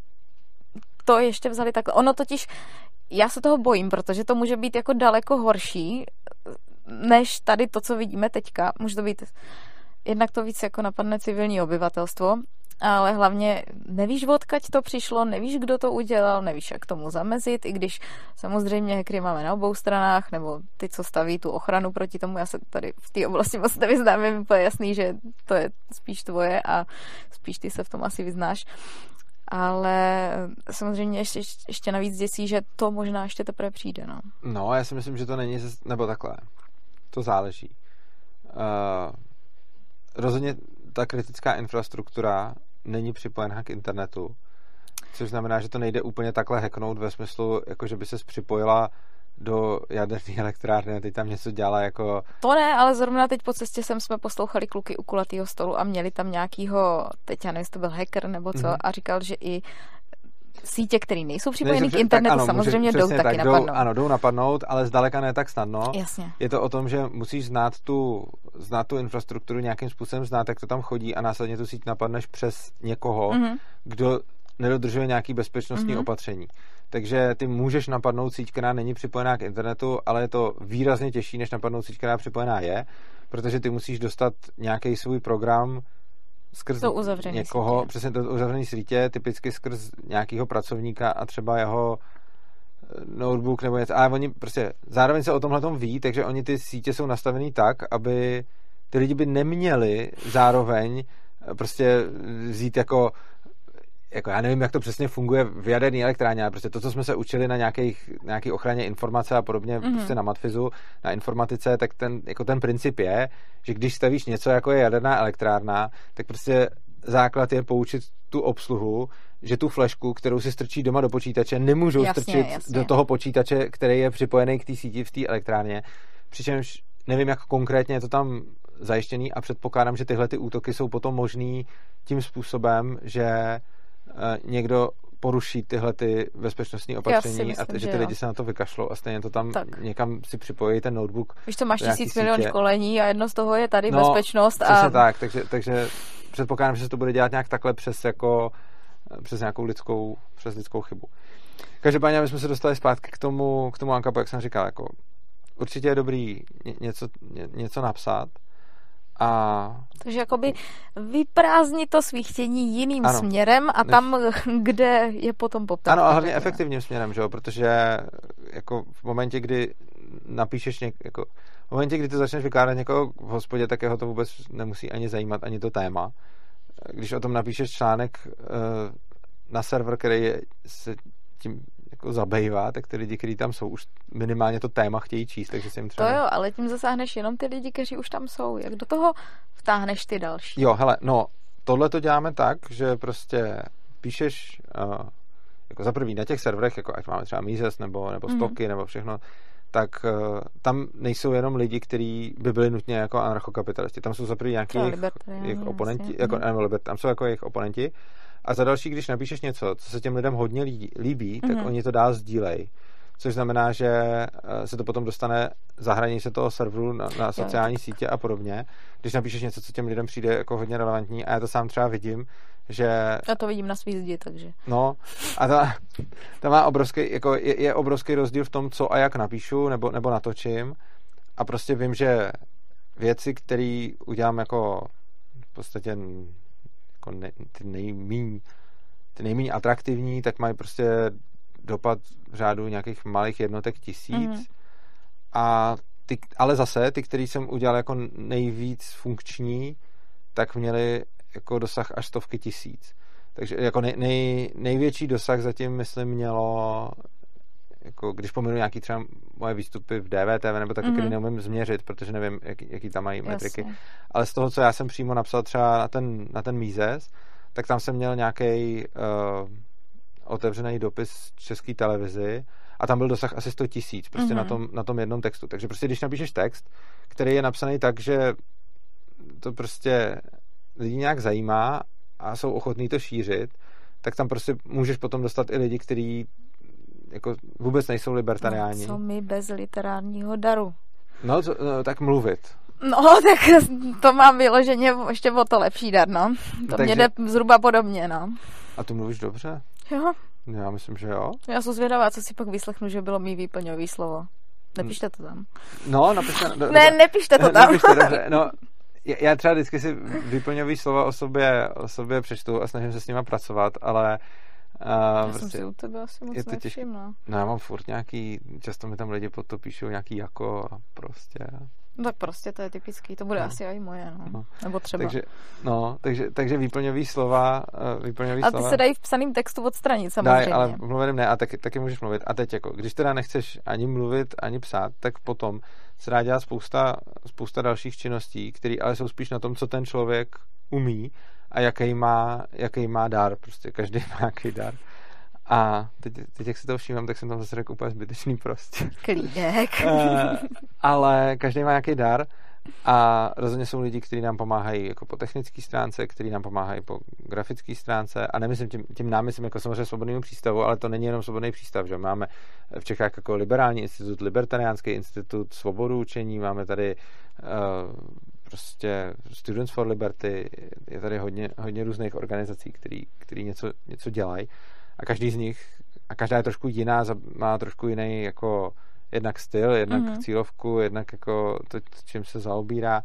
to ještě vzali takhle. Ono totiž, já se toho bojím, protože to může být jako daleko horší, než tady to, co vidíme teďka. Může to být, jednak to víc jako napadne civilní obyvatelstvo, ale hlavně nevíš, odkud to přišlo, nevíš, kdo to udělal, nevíš, jak tomu zamezit, i když samozřejmě hackery máme na obou stranách, nebo ty, co staví tu ochranu proti tomu, já se tady v té oblasti moc nevyznám, je mi úplně jasný, že to je spíš tvoje a spíš ty se v tom asi vyznáš. ale samozřejmě ještě, ještě navíc děsí, že to možná ještě teprve přijde, no. No, já si myslím, že to není, nebo takhle, to záleží. Uh, rozhodně ta kritická infrastruktura není připojená k internetu, což znamená, že to nejde úplně takhle hacknout ve smyslu, jako že by ses připojila do jaderné elektrárny a teď tam něco dělala jako... To ne, ale zrovna teď po cestě sem jsme poslouchali kluky u kulatýho stolu a měli tam nějakýho, teď já nevím, jestli to byl hacker nebo co, mm-hmm. a říkal, že i sítě, které nejsou připojeny k internetu, ano, samozřejmě může, jdou taky tak, napadnout. Jdou, ano, jdou napadnout, ale zdaleka ne tak snadno. Jasně. Je to o tom, že musíš znát tu, znát tu infrastrukturu nějakým způsobem, znát, jak to tam chodí a následně tu síť napadneš přes někoho, mm-hmm. kdo nedodržuje nějaký bezpečnostní mm-hmm. opatření. Takže ty můžeš napadnout síť, která není připojená k internetu, ale je to výrazně těžší, než napadnout síť, která připojená je, protože ty musíš dostat nějaký svůj program skrz někoho, sítě. Přesně to uzavřený sítě, typicky skrz nějakého pracovníka a třeba jeho notebook nebo něco. Ale oni prostě zároveň se o tomhletom ví, takže oni ty sítě jsou nastavený tak, aby ty lidi by neměli zároveň prostě vzít jako jako já nevím, jak to přesně funguje v jaderné elektrárně, ale prostě to, co jsme se učili na nějakých, nějaký ochraně informace a podobně, mm-hmm. prostě na matfizu, na informatice, tak ten, jako ten princip je, že když stavíš něco, jako je jaderná elektrárna, tak prostě základ je poučit tu obsluhu, že tu flešku, kterou si strčí doma do počítače, nemůžou jasně, strčit jasně. do toho počítače, který je připojený k té síti v té elektrárně. Přičemž nevím, jak konkrétně je to tam zajištěný a předpokládám, že tyhle ty útoky jsou potom možný tím způsobem, že někdo poruší tyhle ty bezpečnostní opatření myslím, a t- že ty lidi jo. se na to vykašlou a stejně to tam tak. někam si připojí ten notebook. Víš, to máš tisíc milion školení a jedno z toho je tady no, bezpečnost. Přesně a... tak, takže, takže předpokládám, že se to bude dělat nějak takhle přes jako přes nějakou lidskou, přes lidskou chybu. Každopádně, aby jsme se dostali zpátky k tomu, k tomu ANCAPu, jak jsem říkal, jako určitě je dobrý něco, něco napsat. A... Takže jakoby vyprázdnit to svý chtění jiným ano, směrem a než... tam, kde je potom poptávka. Ano, a hlavně efektivním směrem, že jo? Protože jako v momentě, kdy napíšeš něk... jako v momentě, kdy to začneš vykládat někoho v hospodě, tak jeho to vůbec nemusí ani zajímat, ani to téma. Když o tom napíšeš článek na server, který je, se tím jako zabývá, tak ty lidi, kteří tam jsou, už minimálně to téma chtějí číst, takže si jim třeba... To jo, ale tím zasáhneš jenom ty lidi, kteří už tam jsou. Jak do toho vtáhneš ty další? Jo, hele, no, tohle to děláme tak, že prostě píšeš uh, jako za první na těch serverech, jako ať máme třeba Mises nebo, nebo Stoky mm-hmm. nebo všechno, tak uh, tam nejsou jenom lidi, kteří by byli nutně jako anarchokapitalisti. Tam jsou za první nějaký jejich, jejich oponenti, vlastně. jako, mm-hmm. nebo, tam jsou jako jejich oponenti. A za další, když napíšeš něco, co se těm lidem hodně líbí, líbí mm-hmm. tak oni to dál sdílej. Což znamená, že se to potom dostane za hranice toho serveru na, na sociální jo, sítě a podobně. Když napíšeš něco, co těm lidem přijde jako hodně relevantní, a já to sám třeba vidím, že... Já to vidím na svý zdi, takže... No, a ta, ta má obrovský, jako je, je obrovský rozdíl v tom, co a jak napíšu, nebo, nebo natočím. A prostě vím, že věci, které udělám jako v podstatě jako ne, ty nejmíň ty nejméně atraktivní, tak mají prostě dopad v řádu nějakých malých jednotek tisíc. Mm-hmm. A ty, ale zase ty, který jsem udělal jako nejvíc funkční, tak měli jako dosah až stovky tisíc. Takže jako nej, nej, největší dosah zatím, myslím, mělo, jako když pominu nějaký třeba moje výstupy v D V T V nebo tak, mm-hmm. který neumím změřit, protože nevím, jak, jaký tam mají metriky. Jasně. Ale z toho, co já jsem přímo napsal třeba na ten, na ten Mises, tak tam jsem měl nějaký uh, otevřený dopis České televizi a tam byl dosah asi sto tisíc prostě mm-hmm. na, tom, na tom jednom textu. Takže prostě když napíšeš text, který je napsaný tak, že to prostě lidi nějak zajímá a jsou ochotní to šířit, tak tam prostě můžeš potom dostat i lidi, kteří jako vůbec nejsou libertariáni. No, co my bez literárního daru? No, to, no tak mluvit. No, tak to mám vyloženě ještě o to lepší dar, no. To Takže... mě jde zhruba podobně, no. A ty mluvíš dobře? Jo. Já myslím, že jo. Já jsem zvědavá, co si pak vyslechnu, že bylo mý výplňový slovo. Nepište to tam. No, napište... Do, ne, nepište to tam. Nepište, dobře. No, já třeba vždycky si výplňový slova o sobě, o sobě přečtu a snažím se s nima pracovat, ale... Uh, já prostě jsem si u tebe asi moc nevšimla. No, já mám furt nějaký, často mi tam lidi pod to píšou nějaký jako a prostě... No, tak prostě to je typický, to bude no. asi i moje, no. no. Nebo třeba. Takže, no, takže, takže výplňový slova, výplňový a ty slova. se dají v psaným textu odstranit, samozřejmě. Daj, ale mluveným ne, a taky, taky můžeš mluvit. A teď jako, když teda nechceš ani mluvit, ani psát, tak potom se dá dělat spousta, spousta dalších činností, které ale jsou spíš na tom, co ten člověk umí a jaký má, jaký má dar. Prostě každý má nějaký dar. A teď, teď jak si to všímám, tak jsem tam zase řekl úplně zbytečný prostě. Klídek. uh, ale každý má nějaký dar a rozhodně jsou lidi, kteří nám pomáhají jako po technické stránce, kteří nám pomáhají po grafické stránce a nemyslím tím, tím námyslím jako samozřejmě svobodného přístavu, ale to není jenom svobodný přístav, že máme v Čechách jako liberální institut, libertariánský institut, svobodu učení, máme tady uh, prostě Students for Liberty, je tady hodně, hodně různých organizací, který, který něco, něco dělají. A každý z nich, a každá je trošku jiná, má trošku jiný jako jednak styl, jednak mm-hmm. cílovku, jednak jako to, čím se zaobírá.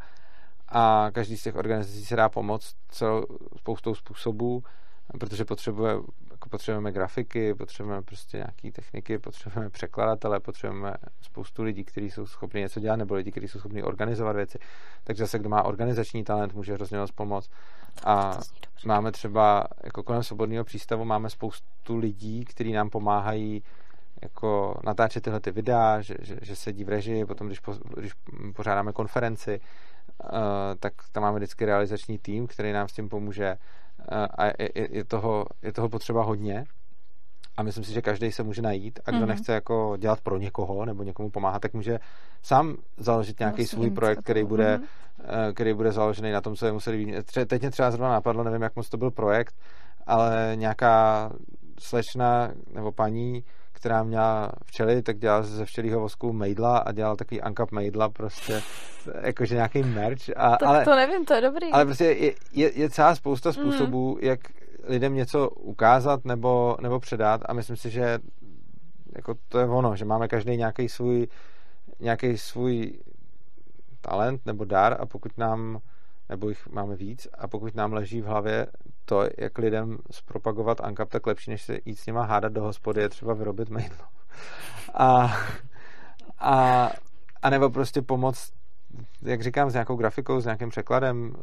A každý z těch organizací se dá pomoct celou spoustou způsobů, protože potřebuje, jako potřebujeme grafiky, potřebujeme prostě nějaký techniky, potřebujeme překladatele, potřebujeme spoustu lidí, kteří jsou schopni něco dělat, nebo lidi, kteří jsou schopni organizovat věci. Takže zase, kdo má organizační talent, může hrozně moc pomoct. A máme třeba, jako kolem svobodného přístavu, máme spoustu lidí, kteří nám pomáhají jako natáčet tyhle ty videa, že, že, že sedí v režii, potom když, po, když pořádáme konferenci, uh, tak tam máme vždycky realizační tým, který nám s tím pomůže uh, a je, je, je, toho, je toho potřeba hodně a myslím si, že každý se může najít a kdo mm-hmm. nechce jako dělat pro někoho nebo někomu pomáhat, tak může sám založit nějaký svůj projekt, který bude, mm-hmm. uh, který bude založený na tom, co je museli být. Tře- teď mě třeba zrovna napadlo, nevím, jak moc to byl projekt, ale nějaká slečna nebo paní, která měla včely, tak dělala ze včelího vosku mejdla a dělala takový uncap mejdla, prostě jakože nějaký merch. A, tak ale, to nevím, to je dobrý. Ale prostě je, je, je celá spousta způsobů, mm. jak lidem něco ukázat nebo, nebo předat a myslím si, že jako to je ono, že máme každý nějaký svůj nějaký svůj talent nebo dar a pokud nám nebo jich máme víc a pokud nám leží v hlavě to, jak lidem zpropagovat uncap, tak lepší, než se jít s nima hádat do hospody, je třeba vyrobit mejdlo. A, a, a nebo prostě pomoct, jak říkám, s nějakou grafikou, s nějakým překladem,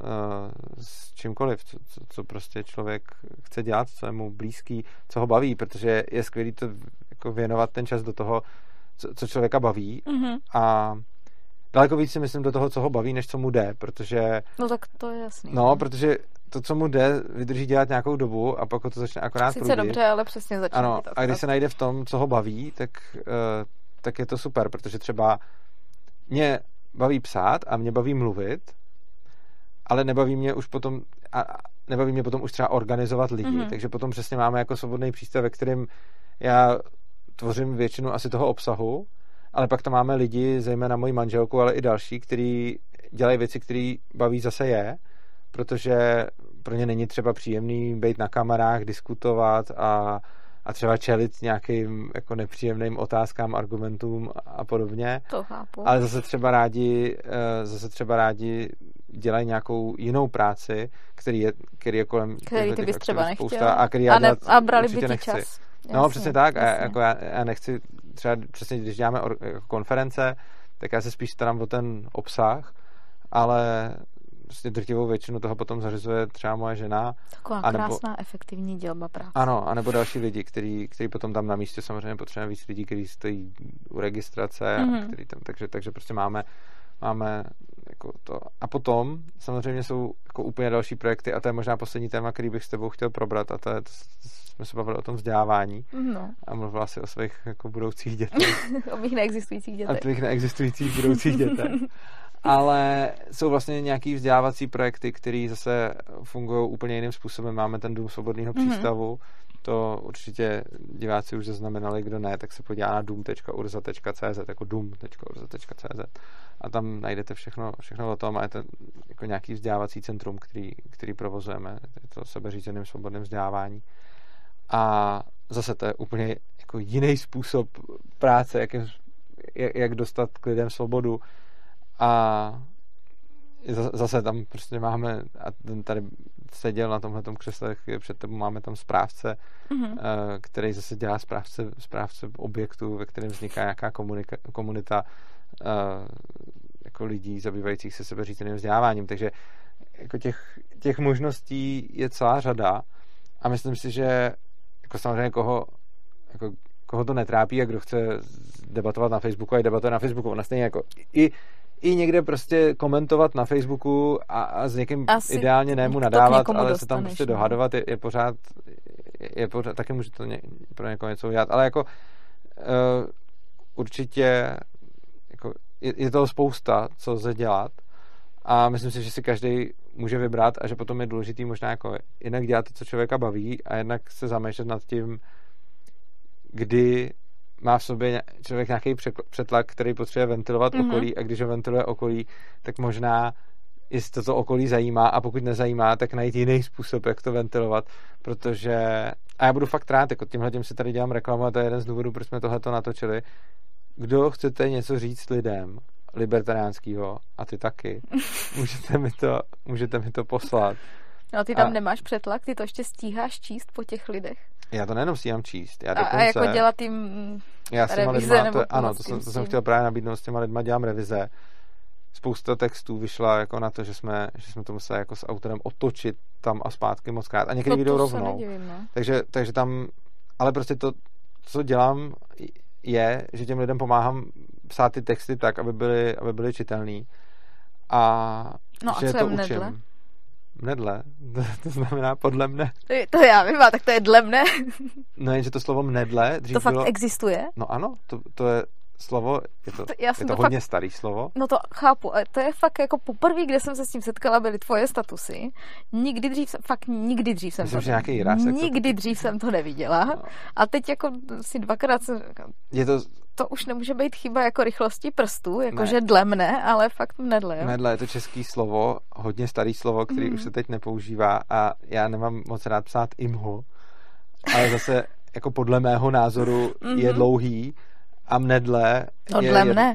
s čímkoliv, co, co, co prostě člověk chce dělat, co je mu blízký, co ho baví, protože je skvělý to jako věnovat ten čas do toho, co, co člověka baví mm-hmm. a daleko víc si myslím do toho, co ho baví, než co mu jde, protože... No tak to je jasný. No, protože to, co mu jde, vydrží dělat nějakou dobu a pak to začne akorát Sice prudit. dobře, ale přesně začne. Ano, a když se najde v tom, co ho baví, tak, uh, tak je to super, protože třeba mě baví psát a mě baví mluvit, ale nebaví mě už potom a nebaví mě potom už třeba organizovat lidi, mm-hmm. takže potom přesně máme jako svobodný přístav, ve kterém já tvořím většinu asi toho obsahu, ale pak tam máme lidi, zejména moji manželku, ale i další, kteří dělají věci, které baví zase je, protože pro ně není třeba příjemný být na kamerách, diskutovat a, a třeba čelit nějakým jako nepříjemným otázkám, argumentům a podobně. To chápu. Ale zase třeba rádi, zase třeba rádi dělají nějakou jinou práci, který je, který je kolem který ty bys třeba nechtěl. A, který já a, ne, a brali by ti nechci. Čas. No, jasně, přesně tak. A jako já, já nechci třeba přesně, když děláme or, jako konference, tak já se spíš starám o ten obsah, ale prostě drtivou většinu toho potom zařizuje třeba moje žena. Taková anebo, krásná, efektivní dělba práce. Ano, anebo další lidi, který, který potom tam na místě samozřejmě potřebujeme víc lidí, kteří stojí u registrace, mm-hmm. který tam, takže, takže prostě máme, máme jako to. A potom samozřejmě jsou jako úplně další projekty a to je možná poslední téma, který bych s tebou chtěl probrat a to je, to jsme se bavili o tom vzdělávání no. a mluvila si o svých jako budoucích dětech. O mých neexistujících dětech. A tvých neexistujících budoucích dětech. Ale jsou vlastně nějaký vzdělávací projekty, které zase fungují úplně jiným způsobem. Máme ten dům svobodného přístavu, mm-hmm. to určitě diváci už zaznamenali, kdo ne, tak se podívá na dům tečka urza tečka cé zet, jako dům tečka urza tečka cé zet a tam najdete všechno, všechno o tom a je to jako nějaký vzdělávací centrum, který, který provozujeme, je to sebeřízeným svobodným vzdělávání. A zase to je úplně jako jiný způsob práce, jak, je, jak dostat k lidem svobodu. A zase tam prostě máme, a ten tady seděl na tomhletom křesle, před tebou máme tam správce, mm-hmm. který zase dělá správce, správce objektu, ve kterém vzniká nějaká komunika, komunita jako lidí zabývajících se sebeřízeným vzděláváním. Takže jako těch, těch možností je celá řada a myslím si, že jako samozřejmě koho, jako, koho to netrápí a kdo chce debatovat na Facebooku a debatuje na Facebooku. Ona stejně jako i, i někde prostě komentovat na Facebooku a, a s někým asi ideálně nému nadávat, ale se tam prostě dohadovat je, je pořád, je pořád, taky může to ně, pro někoho něco udělat, ale jako uh, určitě jako je, je toho spousta, co lze dělat a myslím si, že si každý může vybrat a že potom je důležitý možná jako jednak dělat to, co člověka baví a jednak se zamýšlet nad tím, kdy má v sobě člověk nějaký přetlak, který potřebuje ventilovat mm-hmm. okolí a když ho ventiluje okolí, tak možná jestli to okolí zajímá a pokud nezajímá, tak najít jiný způsob, jak to ventilovat, protože a já budu fakt rád, jako tímhle tím si tady dělám reklamu a to je jeden z důvodů, proč jsme tohleto natočili. Kdo chcete něco říct lidem libertariánskýho a ty taky, můžete mi to, můžete mi to poslat. No ty tam a nemáš přetlak, ty to ještě stíháš číst po těch lidech. Já to nejenom stíhám číst. Já a, a jako dělat jim já s těma revize, lidma, nebo to, ano, to jsem, to jsem chtěl právě nabídnout, s těma lidma dělám revize. Spousta textů vyšla jako na to, že jsme, že jsme to museli jako s autorem otočit tam a zpátky moc krát. A někdy no, jdou rovnou. Nedivím, no. takže, takže tam, ale prostě to, co dělám, je, že těm lidem pomáhám psát ty texty tak, aby byly, aby byly čitelný. A no že a co to je mnedle? učím. Mnedle? To, to znamená podle mne. To, to já vím, a tak to je dle mne. No jenže to slovo mnedle dřív to fakt bylo... existuje? No ano, to, to je slovo, je to, to, je to, to hodně fakt, starý slovo. No to chápu, ale to je fakt jako poprvé, kde jsem se s tím setkala, byly tvoje statusy. Nikdy dřív, fakt nikdy dřív jsem Myslím, to že nějaký jiráž, nikdy to... dřív jsem to neviděla. No. A teď jako si dvakrát jsem je to... to už nemůže být chyba jako rychlosti prstů, jakože dle mne, ale fakt mnedle. Jo? Mnedle je to český slovo, hodně starý slovo, který mm. už se teď nepoužívá a já nemám moc rád psát imho, ale zase jako podle mého názoru mm-hmm. je dlouhý a mnedle no, je... dle mne.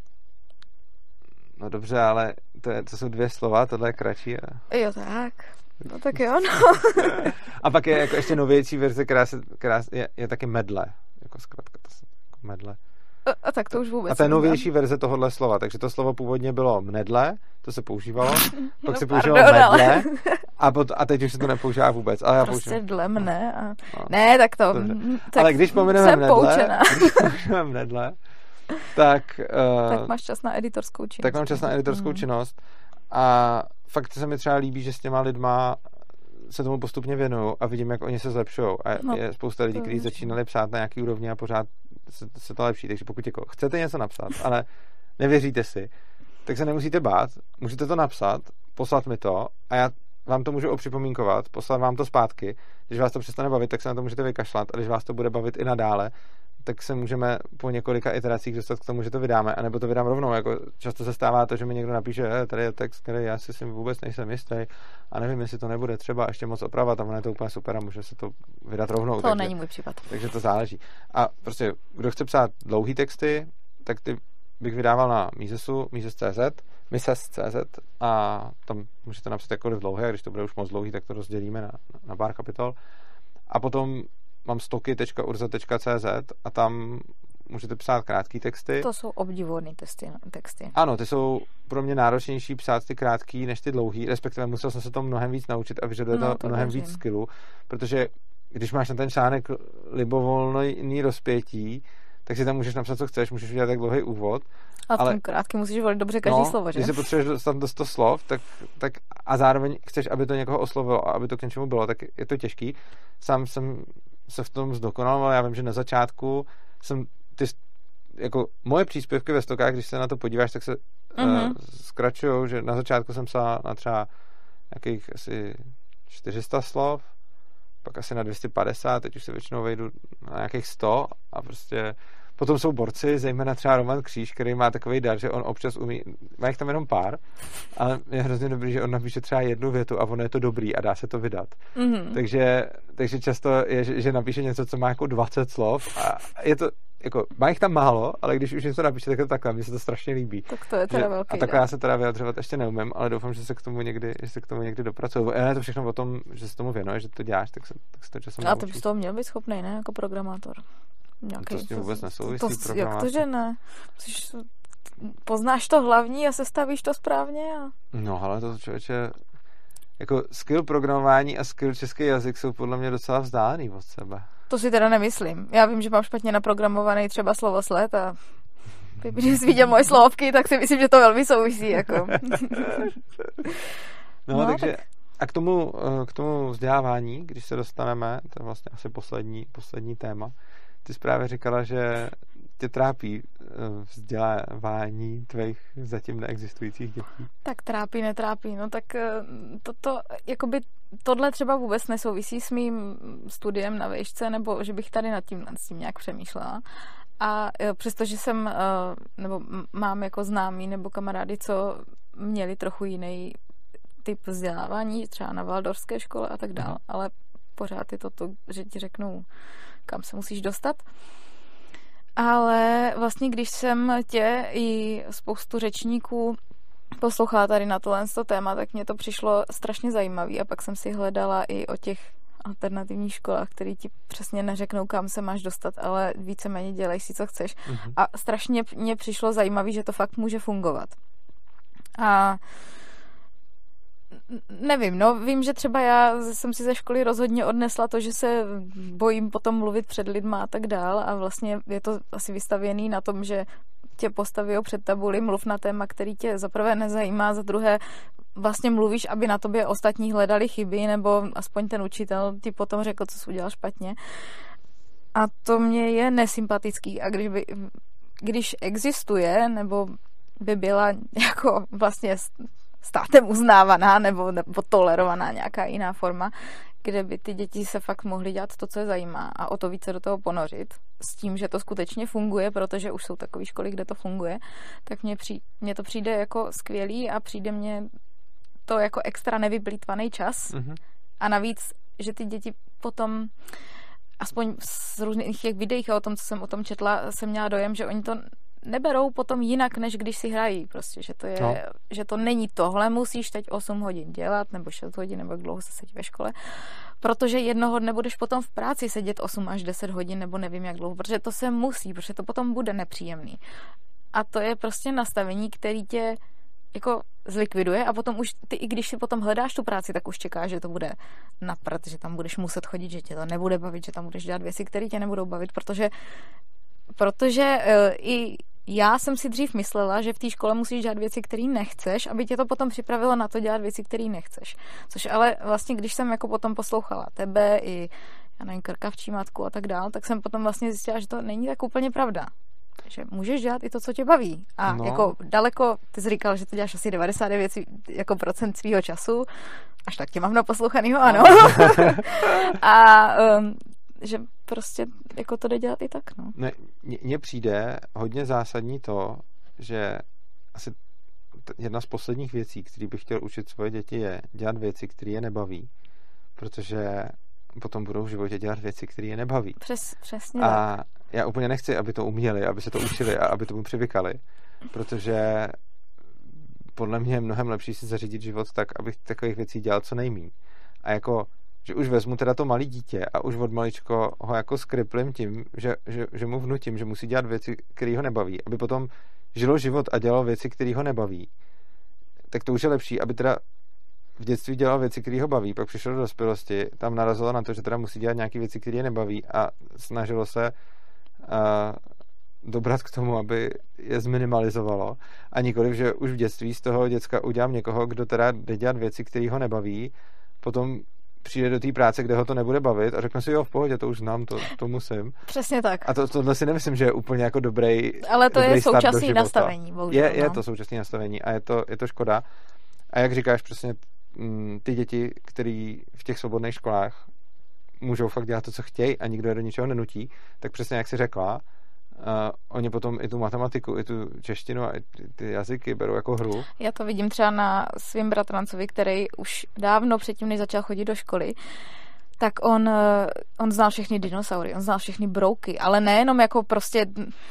No dobře, ale to, je, to jsou dvě slova, tohle je kratší. A... Jo, tak. No tak jo, no. A pak je jako ještě novější verze, která, se, která je, je taky medle. Jako zkrátka, to se, jako medle. A, a tak to už vůbec. A to je novější verze tohohle slova, takže to slovo původně bylo mnedle, to se používalo, pak no, se používalo pardon, medle ale... a, pot, a teď už se to nepoužívá vůbec. Ale já prostě používám. dle mne. A... No. Ne, tak to... Tak ale když pomeneme mnedle, když pomeneme mnedle, tak... Uh, tak máš čas na editorskou činnost. Tak mám čas na editorskou mm. činnost a fakt se mi třeba líbí, že s těma lidma se tomu postupně věnuju a vidím, jak oni se zlepšují. A no, je spousta lidí, kteří začínali psát na nějaký úrovni a pořád se, se to lepší. Takže pokud jako chcete něco napsat, ale nevěříte si, tak se nemusíte bát. Můžete to napsat, poslat mi to a já vám to můžu opřipomínkovat, poslat vám to zpátky. Když vás to přestane bavit, tak se na to můžete vykašlat a když vás to bude bavit i nadále, tak se můžeme po několika iteracích dostat k tomu, že to vydáme, anebo to vydám rovnou. Jako často se stává to, že mi někdo napíše, eh, tady je text, který já si s tím vůbec nejsem jistý a nevím, jestli to nebude třeba ještě moc opravovat a ono je to úplně super a může se to vydat rovnou. To takže, není můj případ. Takže to záleží. A prostě, kdo chce psát dlouhý texty, tak ty bych vydával na Misesu, Mises tečka cé zet, Mises tečka cé zet a tam můžete napsat jakkoliv dlouhé, a když to bude už moc dlouhý, tak to rozdělíme na, na pár kapitol. A potom mám stoky tečka urza tečka cé zet a tam můžete psát krátký texty. To jsou obdivuhodné texty, texty. Ano, ty jsou pro mě náročnější psát ty krátký než ty dlouhý, respektive musel jsem se to mnohem víc naučit a vyžaduje no, to, to mnohem věřím. víc skillu, protože když máš na ten článek libovolný rozpětí, tak si tam můžeš napsat, co chceš, můžeš udělat tak dlouhý úvod. A v tom krátký musíš volit dobře každý no, slovo, že? Když se potřebuješ dostat do sto slov, tak, tak a zároveň chceš, aby to někoho oslovilo a aby to k něčemu bylo, tak je to těžký. Sám jsem se v tom zdokonaloval, já vím, že na začátku jsem ty, jako moje příspěvky ve stokách, když se na to podíváš, tak se mm-hmm. uh, zkračujou, že na začátku jsem psal na třeba nějakých asi čtyři sta slov, pak asi na dvě stě padesát, teď už se většinou vejdu na nějakých sto a prostě potom jsou borci, zejména třeba Roman Kříž, který má takový dar, že on občas umí, má jich tam jenom pár, ale je hrozně dobrý, že on napíše třeba jednu větu a ono je to dobrý a dá se to vydat. Mm-hmm. Takže, takže často je, že, že napíše něco, co má jako dvacet slov a je to, jako, má jich tam málo, ale když už něco napíše, tak je to takhle, mně se to strašně líbí. Tak to je teda že, velký. A takhle já se teda vyjadřovat ještě neumím, ale doufám, že se k tomu někdy, že se k tomu někdy dopracuju. Je to všechno o tom, že se tomu věnuješ, že to děláš, tak se, tak se to časem A to bys toho měl být schopnej, ne? Jako programátor. Nějaký, to s tím vůbec nesouvisí. To, to, jak to, že ne? Jsi poznáš to hlavní a sestavíš to správně. A... No, ale to člověče, jako skill programování a skill český jazyk jsou podle mě docela vzdálený od sebe. To si teda nemyslím. Já vím, že mám špatně naprogramovaný třeba slovosled a když jsi viděl moje slovky, tak si myslím, že to velmi souvisí. Jako. no, no, takže tak... a k tomu, k tomu vzdělávání, když se dostaneme, to je vlastně asi poslední, poslední téma, ty jsi právě říkala, že tě trápí vzdělávání tvých zatím neexistujících dětí. Tak trápí, netrápí. No tak to, to, jakoby tohle třeba vůbec nesouvisí s mým studiem na výšce, nebo že bych tady nad tím, nad tím nějak přemýšlela. A přestože jsem, nebo mám jako známý nebo kamarády, co měli trochu jiný typ vzdělávání, třeba na waldorfské škole a tak dále, ale pořád je to to, že ti řeknou, kam se musíš dostat. Ale vlastně, když jsem tě i spoustu řečníků poslouchala tady na tohle téma, tak mě to přišlo strašně zajímavý a pak jsem si hledala i o těch alternativních školách, které ti přesně neřeknou, kam se máš dostat, ale víceméně dělej si, co chceš. Mm-hmm. A strašně mě přišlo zajímavý, že to fakt může fungovat. A nevím, no, vím, že třeba já jsem si ze školy rozhodně odnesla to, že se bojím potom mluvit před lidma a tak dál a vlastně je to asi vystavěný na tom, že tě postaví před tabuli, mluv na téma, který tě za prvé nezajímá, za druhé vlastně mluvíš, aby na tobě ostatní hledali chyby, nebo aspoň ten učitel ti potom řekl, co jsi udělal špatně. A to mě je nesympatický. A když, by, když existuje, nebo by byla jako vlastně státem uznávaná, nebo, nebo tolerovaná nějaká jiná forma, kde by ty děti se fakt mohly dělat to, co je zajímá a o to více do toho ponořit s tím, že to skutečně funguje, protože už jsou takové školy, kde to funguje, tak mně, při, mně to přijde jako skvělý a přijde mně to jako extra nevyplýtvaný čas. Mm-hmm. A navíc, že ty děti potom, aspoň z různých těch videích a o tom, co jsem o tom četla, jsem měla dojem, že oni to neberou potom jinak, než když si hrají. Prostě, že to je, no. že to není tohle, musíš teď osm hodin dělat, nebo šest hodin, nebo jak dlouho se sedí ve škole, protože jednoho dne budeš potom v práci sedět osm až deset hodin, nebo nevím jak dlouho, protože to se musí, protože to potom bude nepříjemný. A to je prostě nastavení, který tě jako zlikviduje a potom už ty, i když si potom hledáš tu práci, tak už čekáš, že to bude na prd, že tam budeš muset chodit, že tě to nebude bavit, že tam budeš dělat věci, které tě nebudou bavit, protože protože uh, i já jsem si dřív myslela, že v té škole musíš dělat věci, které nechceš, aby tě to potom připravilo na to dělat věci, které nechceš. Což ale vlastně, když jsem jako potom poslouchala tebe i, já nevím, Krkavčí matku a tak dál, tak jsem potom vlastně zjistila, že to není tak úplně pravda. Že můžeš dělat i to, co tě baví. A no. jako daleko, ty jsi říkal, že to děláš asi devadesát devět jako procent svýho času, až tak tě mám naposlouchanýho, ano. a um, že prostě jako to jde dělat i tak, no. Ne, mně přijde hodně zásadní to, že asi jedna z posledních věcí, které bych chtěl učit svoje děti, je dělat věci, které je nebaví, protože potom budou v životě dělat věci, které je nebaví. Přes, přesně a tak. Já úplně nechci, aby to uměli, aby se to učili a aby tomu přivykali, protože podle mě je mnohem lepší si zařídit život tak, abych takových věcí dělal co nejmíň. A jako, že už vezmu teda to malé dítě a už od maličko ho jako skriplím tím, že, že, že mu vnutím, že musí dělat věci, které ho nebaví, aby potom žilo život a dělal věci, které ho nebaví. Tak to už je lepší, aby teda v dětství dělal věci, které ho baví, pak přišel do dospělosti, tam narazilo na to, že teda musí dělat nějaké věci, které je nebaví a snažilo se a dobrat k tomu, aby je zminimalizovalo a nikoliv, že už v dětství z toho děcka udělám někoho, kdo teda jde dělat věci, které ho nebaví, potom přijde do té práce, kde ho to nebude bavit a řekne si, jo, v pohodě, to už znám, to, to musím. Přesně tak. A to, tohle si nemyslím, že je úplně jako dobrý Ale to je současné nastavení. Bohužel, je, je no. to současné nastavení a je to, je to škoda. A jak říkáš, přesně m, ty děti, které v těch svobodných školách můžou fakt dělat to, co chtějí a nikdo je do ničeho nenutí, tak přesně jak jsi řekla, uh, oni potom i tu matematiku, i tu češtinu a i ty, ty jazyky berou jako hru. Já to vidím třeba na svým bratrancovi, který už dávno předtím, než začal chodit do školy, tak on, on znal všechny dinosaury, on znal všechny brouky, ale nejenom jako prostě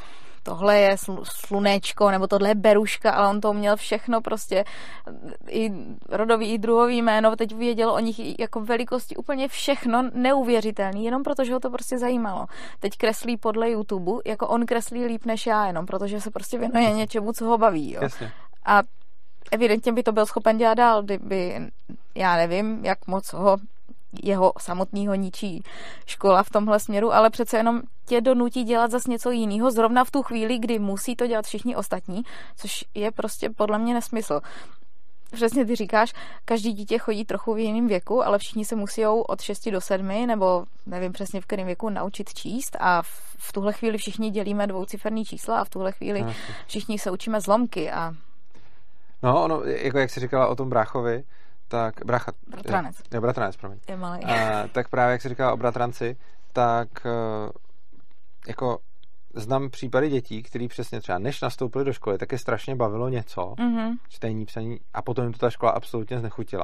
tohle je slunečko, nebo tohle je beruška, ale on to měl všechno prostě, i rodový, i druhový jméno, teď věděl o nich jako velikosti úplně všechno neuvěřitelný, jenom protože ho to prostě zajímalo. Teď kreslí podle YouTube, jako on kreslí líp než já, jenom protože se prostě věnuje něčemu, co ho baví. Jo. Jasně. A evidentně by to byl schopen dělat dál, kdyby, já nevím, jak moc ho jeho samotného ničí škola v tomhle směru, ale přece jenom tě donutí dělat zase něco jiného, zrovna v tu chvíli, kdy musí to dělat všichni ostatní, což je prostě podle mě nesmysl. Přesně ty říkáš, každý dítě chodí trochu v jiném věku, ale všichni se musí od šesti do sedmi, nebo nevím přesně v kterém věku, naučit číst a v tuhle chvíli všichni dělíme dvouciferný čísla a v tuhle chvíli no, všichni se učíme zlomky a... No, ono, jako jak jsi říkala o tom bráchovi, tak brácha... Bratranec. Je, bratranec, promiň. Je malý. A, tak právě jak jsi říkala o bratranci, tak jako znám případy dětí, který přesně třeba než nastoupili do školy, tak je strašně bavilo něco, mm-hmm. čtení, psaní, a potom jim to ta škola absolutně znechutila.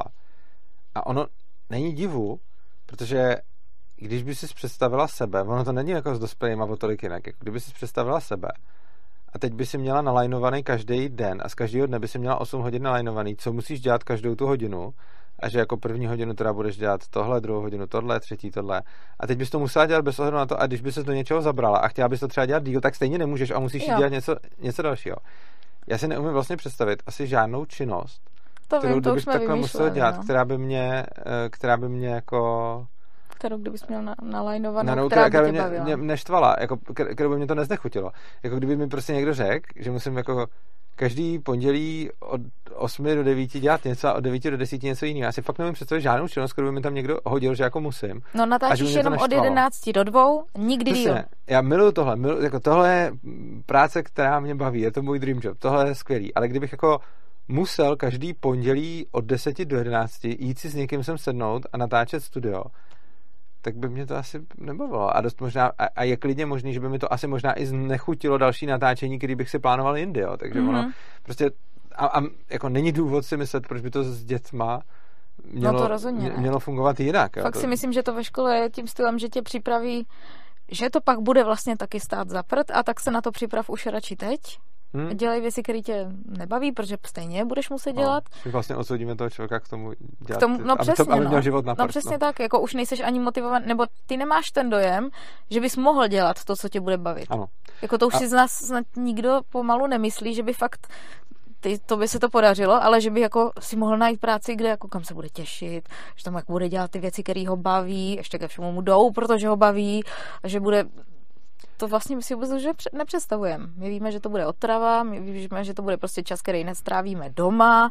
A ono není divu, protože když by si představila sebe, ono to není jako s dospělýma o tolik jinak, jako kdyby si představila sebe a teď by si měla nalajnovaný každý den a z každého dne by si měla osm hodin nalajnovaný, co musíš dělat každou tu hodinu a že jako první hodinu teda budeš dělat tohle, druhou hodinu tohle, třetí tohle. A teď bys to musela dělat bez ohledu na to, a když bys se do něčeho zabrala a chtěla bys to třeba dělat díl, tak stejně nemůžeš a musíš dělat něco, něco dalšího. Já si neumím vlastně představit asi žádnou činnost, to kterou vím, to bych takhle musel dělat, no. která by mě, která by mě jako... Kterou kdybys měl na, nalajnovanou, na, no, která, která by by tě tě bavila. Mě, mě neštvala, jako, kterou by mě to neznechutilo. Jako kdyby mi prostě někdo řekl, že musím jako každý pondělí od osmi do devíti dělat něco a od devíti do desíti něco jiného. Já si fakt nevím představit žádnou činnost, kterou by mi tam někdo hodil, že jako musím. No natáčíš jenom od jedenácti do dvou, nikdy díl. Já miluju tohle, miluju, jako tohle je práce, která mě baví, je to můj dream job, tohle je skvělý, ale kdybych jako musel každý pondělí od deseti do jedenácti jít si s někým sem sednout a natáčet studio, tak by mě to asi nebavilo. A dost možná, a, a je klidně možný, že by mi to asi možná i znechutilo další natáčení, který bych si plánoval jindy, jo. Takže mm-hmm. ono prostě, a, a jako není důvod si myslet, proč by to s dětma mělo, no to rozhodně, mě, mělo fungovat jinak. Jo. Fakt to... si myslím, že to ve škole je tím stylem, že tě připraví, že to pak bude vlastně taky stát za prd a tak se na to připrav už radši teď. Hmm. Dělej věci, které tě nebaví, protože stejně budeš muset dělat. No, vlastně odsoudíme toho člověka k tomu dělat, k tomu, no aby, přesně, to, aby no. měl život na prd. No přesně no. tak, jako už nejseš ani motivovaný, nebo ty nemáš ten dojem, že bys mohl dělat to, co tě bude bavit. Ano. Jako to už A... si z nás snad nikdo pomalu nemyslí, že by fakt ty, to by se to podařilo, ale že by jako si mohl najít práci, kde jako kam se bude těšit, že tam jako bude dělat ty věci, které ho baví, ještě ke všemu mu jdou, protože ho baví, že bude... To vlastně my si vůbec už nepředstavujeme. My víme, že to bude otrava, my víme, že to bude prostě čas, který nestrávíme doma.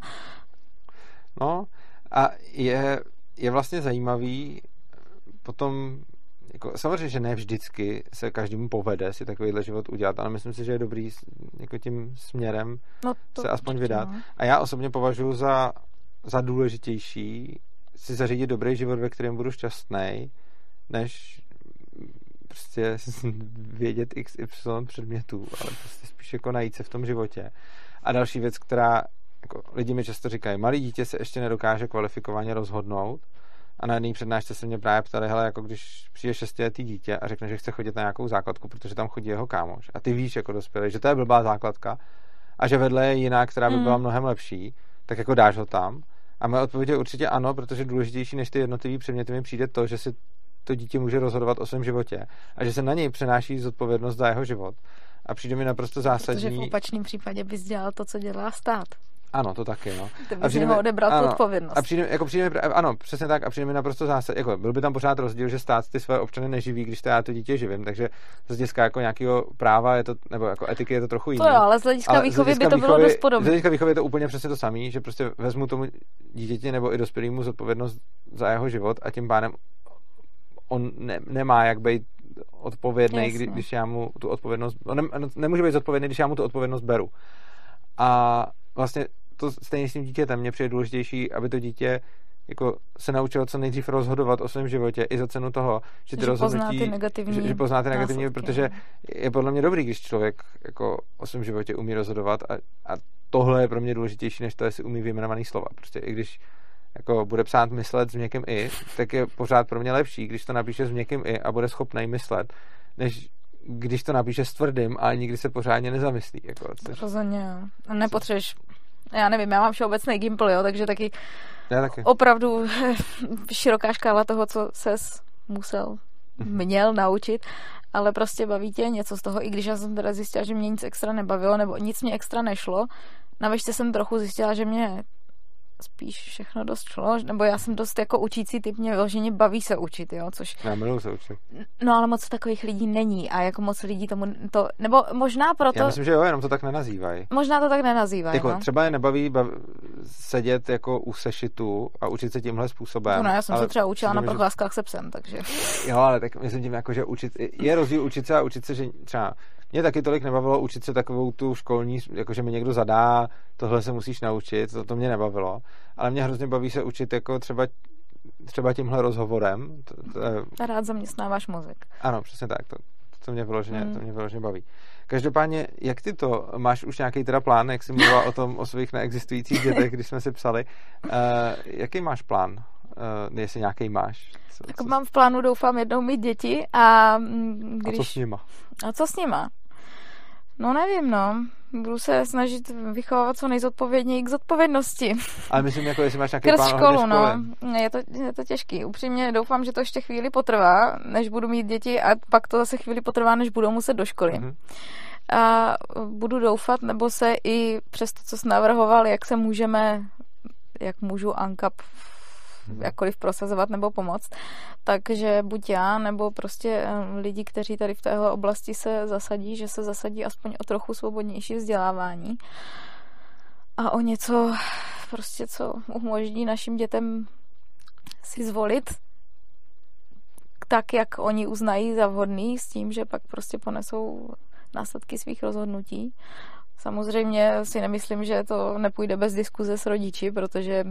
No a je, je vlastně zajímavý potom, jako, samozřejmě, že ne vždycky se každému povede si takovýhle život udělat, ale myslím si, že je dobrý jako tím směrem no to se aspoň určitě, vydat. No. A já osobně považuji za, za důležitější si zařídit dobrý život, ve kterém budu šťastný, než prostě vědět iks ypsilon předmětů, ale prostě spíš jako najít se v tom životě. A další věc, která jako lidi mi často říkají, malý dítě se ještě nedokáže kvalifikovaně rozhodnout a na jedné přednášce se mě právě ptali, hele, jako když přijde šestiletý dítě a řekne, že chce chodit na nějakou základku, protože tam chodí jeho kámoš a ty víš jako dospělý, že to je blbá základka a že vedle je jiná, která by byla mnohem lepší, tak jako dáš ho tam. A moje odpověď je určitě ano, protože důležitější než ty jednotlivý předměty mi přijde to, že si to dítě může rozhodovat o svém životě a že se na něj přenáší zodpovědnost za jeho život. A přijde mi naprosto zásadní... Protože v opačném případě bys dělal to, co dělá stát. Ano, to taky, no. Ty bys něho odebral tu odpovědnost. A přijde, jako přijde mi, ano, přesně tak, a přijde mi naprosto zásadní, jako byl by tam pořád rozdíl, že stát ty své občany neživí, když to já to dítě živím, takže z hlediska jako nějakého práva je to, nebo jako etiky je to trochu jiné. To jo, ale z hlediska výchovy by to bylo dost podobné. Z hlediska výchovy je to úplně přesně to samé, že prostě vezmu tomu dítěti nebo i dospělému zodpovědnost za jeho život a tím pádem on ne, nemá jak být odpovědný, kdy, když já mu tu odpovědnost, on ne, nemůže být zodpovědný, když já mu tu odpovědnost beru. A vlastně to stejně s tím dítětem mě přijde důležitější, aby to dítě jako se naučilo co nejdřív rozhodovat o svém životě i za cenu toho, že ty že rozhodnutí, pozná ty negativní že, že pozná ty negativní, následky, protože je podle mě dobrý, když člověk jako o svém životě umí rozhodovat a, a tohle je pro mě důležitější, než to, jestli umí vyjmenovaný slova. Prostě i když jako bude psát myslet s měkkým i, tak je pořád pro mě lepší, když to napíše s měkkým i a bude schopný myslet, než když to napíše s tvrdým, ale nikdy se pořádně nezamyslí. Jako, což... Rozhodně, jo. Nepotřebuješ, já nevím, já mám všeobecný Gimple, jo, takže taky, já taky opravdu široká škála toho, co ses musel, měl naučit, ale prostě baví tě něco z toho, i když já jsem teda zjistila, že mě nic extra nebavilo, nebo nic mě extra nešlo. Na vešce jsem trochu zjistila, že mě spíš všechno dost šlo, nebo já jsem dost jako učící typ, mě vyloženě baví se učit, jo, což... Já miluji se učit. No ale moc takových lidí není a jako moc lidí tomu to, nebo možná proto... Já myslím, že jo, jenom to tak nenazývají. Možná to tak nenazývají, jako, no. Třeba je nebaví bav... sedět jako u sešitu a učit se tímhle způsobem. No, já jsem ale se třeba učila na že... procházkách se psem, takže... Jo, ale tak myslím tím jako, že učit... Je rozdíl učit se a učit se, že třeba... Mě taky tolik nebavilo učit se takovou tu školní, jakože mi někdo zadá, tohle se musíš naučit, to, to mě nebavilo. Ale mě hrozně baví se učit jako třeba, třeba tímhle rozhovorem. To, to je... Rád zaměstnáváš mozek. Ano, přesně tak, to, to, mě vyloženě, hmm. to mě vyloženě baví. Každopádně, jak ty to, máš už nějaký teda plán, jak jsi mluvila o tom, o svých neexistujících dětech, když jsme si psali, uh, jaký máš plán? Uh, jestli nějaký máš? Co, tak co... mám v plánu, doufám, jednou mít děti a když... A co s nima? A co s nima? No nevím, no. Budu se snažit vychovávat co nejzodpovědněji k zodpovědnosti. Ale myslím, jako jestli máš nějaký Krz plán školu, no. Je to, je to těžký. Upřímně doufám, že to ještě chvíli potrvá, než budu mít děti a pak to zase chvíli potrvá, než budou muset do školy. Mm-hmm. A budu doufat, nebo se i přes to, co jsi navrhoval, jak se můžeme, jak můžu ANCAP jakkoliv prosazovat nebo pomoct, takže buď já, nebo prostě lidi, kteří tady v téhle oblasti se zasadí, že se zasadí aspoň o trochu svobodnější vzdělávání a o něco prostě, co umožní našim dětem si zvolit tak, jak oni uznají za vhodný, s tím, že pak prostě ponesou následky svých rozhodnutí. Samozřejmě si nemyslím, že to nepůjde bez diskuze s rodiči, protože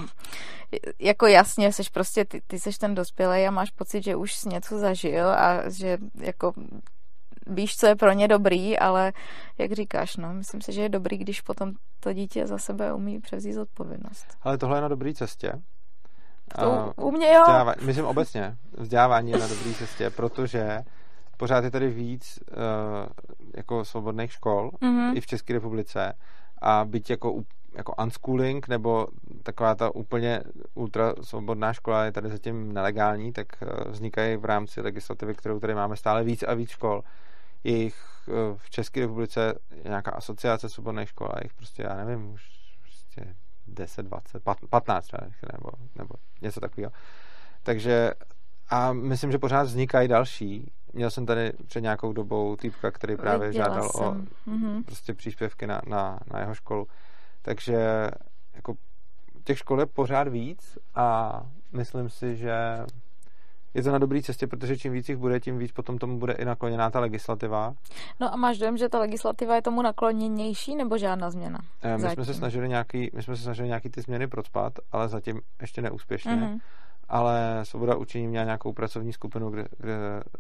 jako jasně seš prostě, ty, ty seš ten dospělej a máš pocit, že už jsi něco zažil a že jako víš, co je pro ně dobrý, ale jak říkáš, no, myslím si, že je dobrý, když potom to dítě za sebe umí převzít odpovědnost. Ale tohle je na dobré cestě. To, u mě jo. Vzdělávání, myslím obecně, vzdělávání je na dobré cestě, protože pořád je tady víc uh, jako svobodných škol, mm-hmm. i v České republice, a byť jako, jako unschooling nebo taková ta úplně ultra svobodná škola je tady zatím nelegální, tak uh, vznikají v rámci legislativy, kterou tady máme, stále víc a víc škol. Jejich uh, v České republice je nějaká asociace svobodných škol a jich prostě, já nevím, už prostě deset, dvacet, patnáct třeba, nebo, nebo něco takového. Takže a myslím, že pořád vznikají další. Měl jsem tady před nějakou dobou týpka, který právě Viděla žádal jsem. o mm-hmm. prostě příspěvky na, na, na jeho školu. Takže jako těch škol je pořád víc a myslím si, že je to na dobré cestě, protože čím víc jich bude, tím víc potom tomu bude i nakloněná ta legislativa. No a máš dojem, že ta legislativa je tomu nakloněnější nebo žádná změna? My zatím? jsme se snažili nějaký, my jsme se snažili nějaký ty změny procpat, ale zatím ještě neúspěšně. Mm-hmm. Ale Svoboda učení měla nějakou pracovní skupinu, kde, kde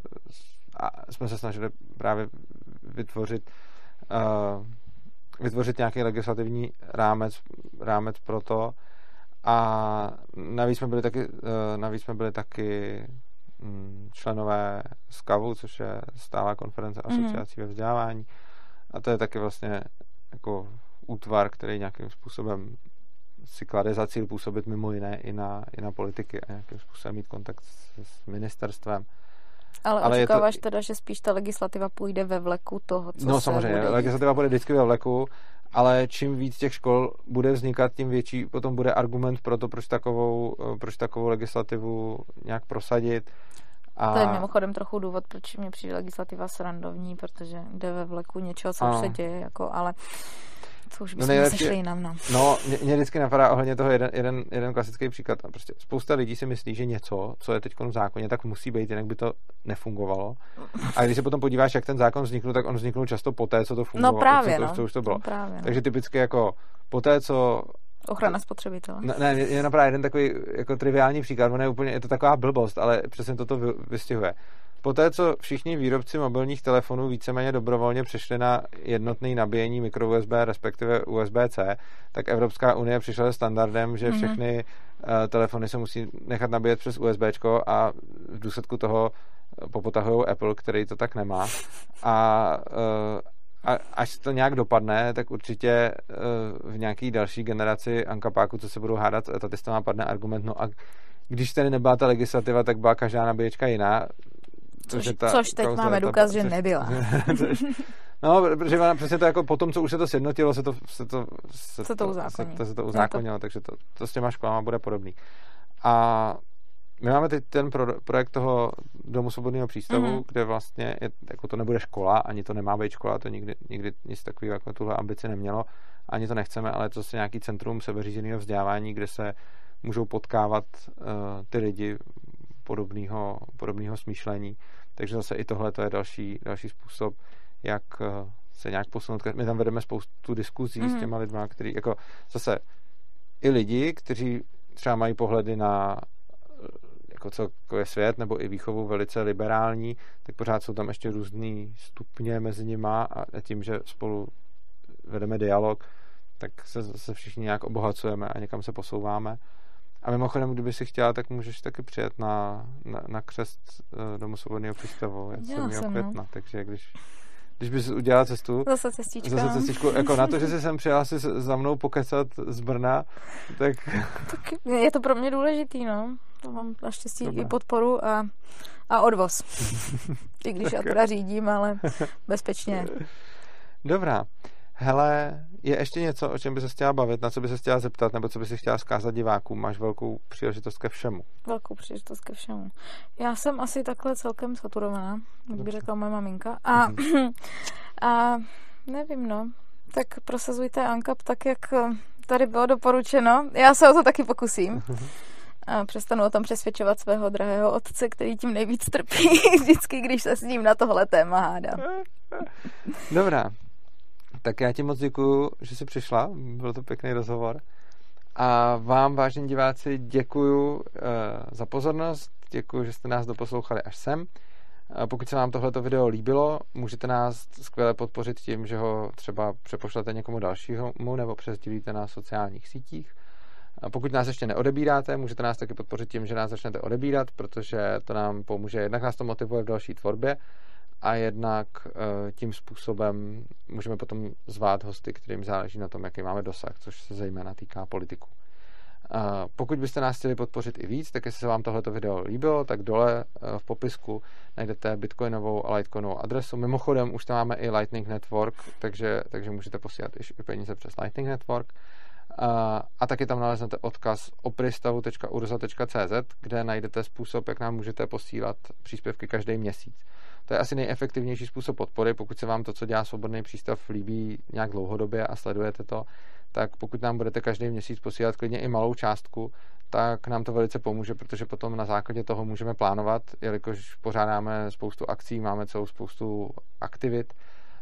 a jsme se snažili právě vytvořit uh, vytvořit nějaký legislativní rámec, rámec pro to. A navíc jsme byli taky, uh, navíc jsme byli taky um, členové SKAVu, což je stálá konference asociací mm-hmm. ve vzdělávání. A to je taky vlastně jako útvar, který nějakým způsobem si klade za cíl působit mimo jiné i na, i na politiky a nějakým způsobem mít kontakt s, s ministerstvem. Ale, Ale očekáváš to... teda, že spíš ta legislativa půjde ve vleku toho, co no, se samozřejmě, bude... legislativa bude vždycky ve vleku, ale čím víc těch škol bude vznikat, tím větší potom bude argument pro to, proč takovou, proč takovou legislativu nějak prosadit. A... To je mimochodem trochu důvod, proč mě přijde legislativa srandovní, protože jde ve vleku něčeho, co už se děje, jako, ale co už bychom no sešli jinam. No, no mě, mě vždycky napadá ohledně toho jeden, jeden, jeden klasický příklad. Prostě spousta lidí si myslí, že něco, co je teď v zákoně, tak musí být, jinak by to nefungovalo. A když se potom podíváš, jak ten zákon vzniknul, tak on vzniknul často poté, co to fungovalo. No právě, co to, no. Co už to bylo. No právě, no. Takže typicky jako poté, co ochrana spotřebitele. Ne, ne, je napadá jeden takový jako triviální příklad, on je úplně, je to taková blbost, ale přesně toto vystihuje. Poté, co všichni výrobci mobilních telefonů víceméně dobrovolně přešli na jednotné nabíjení mikro U S B, respektive U S B C, tak Evropská unie přišla se standardem, že všechny mm-hmm. uh, telefony se musí nechat nabíjet přes USBčko a v důsledku toho popotahujou Apple, který to tak nemá. A, a až to nějak dopadne, tak určitě v nějaký další generaci ankapáků, co se budou hádat, etatistama padne argument, no a když tady nebyla ta legislativa, tak byla každá nabíječka jiná. Což, ta, což teď kauze, máme důkaz, ta, že což, nebyla. Což, no, protože přesně to jako potom, co už se to sjednotilo, se to, se to, se se to, uzákoní. se, to, se to uzákonilo, to... takže to, to s těma školama bude podobný. A my máme teď ten pro, projekt toho Domu svobodného přístavu, mm-hmm. kde vlastně je, jako to nebude škola, ani to nemá být škola, to nikdy, nikdy nic takového jako tuhle ambici nemělo, ani to nechceme, ale je to vlastně nějaký centrum sebeřízeného vzdělávání, kde se můžou potkávat uh, ty lidi podobného, podobného smýšlení. Takže zase i tohle to je další, další způsob, jak uh, se nějak posunout. My tam vedeme spoustu diskuzí mm-hmm. s těma lidma, který jako zase i lidi, kteří třeba mají pohledy na jako celkově svět nebo i výchovu velice liberální, tak pořád jsou tam ještě různý stupně mezi nima a tím, že spolu vedeme dialog, tak se, se všichni nějak obohacujeme a někam se posouváme. A mimochodem, kdyby si chtěla, tak můžeš taky přijet na, na, na křest Domu svobodného přístavu sedmého května, takže když Když bys udělala cestu, zase cestička. Zase cestičku, jako na to, že jsi sem přijela si za mnou pokecat z Brna, tak... tak je to pro mě důležitý, no. To mám naštěstí i podporu a, a odvoz. I když já teda řídím, ale bezpečně. Dobrá. Hele, je ještě něco, o čem by se chtěla bavit, na co by se chtěla zeptat, nebo co by si chtěla zkázat divákům? Máš velkou příležitost ke všemu. Velkou příležitost ke všemu. Já jsem asi takhle celkem saturovaná, jak by řekla moje maminka. A, mm-hmm. a nevím, no. Tak prosazujte ANCAP tak, jak tady bylo doporučeno. Já se o to taky pokusím. A přestanu o tom přesvědčovat svého drahého otce, který tím nejvíc trpí vždycky, když se s ním na tohle téma hádám. Dobrá. Tak já ti moc děkuju, že jsi přišla, byl to pěkný rozhovor. A vám, vážení diváci, děkuju uh, za pozornost, děkuju, že jste nás doposlouchali až sem. Uh, pokud se vám tohleto video líbilo, můžete nás skvěle podpořit tím, že ho třeba přepošlete někomu dalšímu nebo přesdílíte na sociálních sítích. Uh, pokud nás ještě neodebíráte, můžete nás taky podpořit tím, že nás začnete odebírat, protože to nám pomůže, jednak nás to motivuje v další tvorbě, a jednak tím způsobem můžeme potom zvát hosty, kterým záleží na tom, jaký máme dosah, což se zejména týká politiků. Pokud byste nás chtěli podpořit i víc, tak jestli se vám tohleto video líbilo, tak dole v popisku najdete bitcoinovou a litecoinovou adresu. Mimochodem už tam máme i Lightning Network, takže, takže můžete posílat i peníze přes Lightning Network. A taky tam naleznete odkaz opristavu tečka urza tečka cé zet, kde najdete způsob, jak nám můžete posílat příspěvky každý měsíc. To je asi nejefektivnější způsob podpory, pokud se vám to, co dělá Svobodný přístav, líbí nějak dlouhodobě a sledujete to, tak pokud nám budete každý měsíc posílat klidně i malou částku, tak nám to velice pomůže, protože potom na základě toho můžeme plánovat, jelikož pořádáme spoustu akcí, máme celou spoustu aktivit,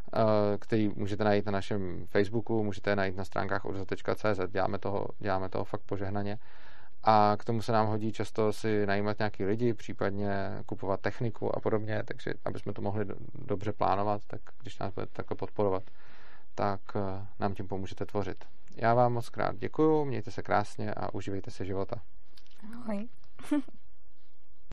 který můžete najít na našem Facebooku, můžete je najít na stránkách urza tečka cé zet, děláme toho, děláme toho fakt požehnaně. A k tomu se nám hodí často si najímat nějaký lidi, případně kupovat techniku a podobně, takže aby jsme to mohli dobře plánovat, tak když nás budete takhle podporovat, tak nám tím pomůžete tvořit. Já vám moc krát děkuju, mějte se krásně a užívejte si života. Ahoj.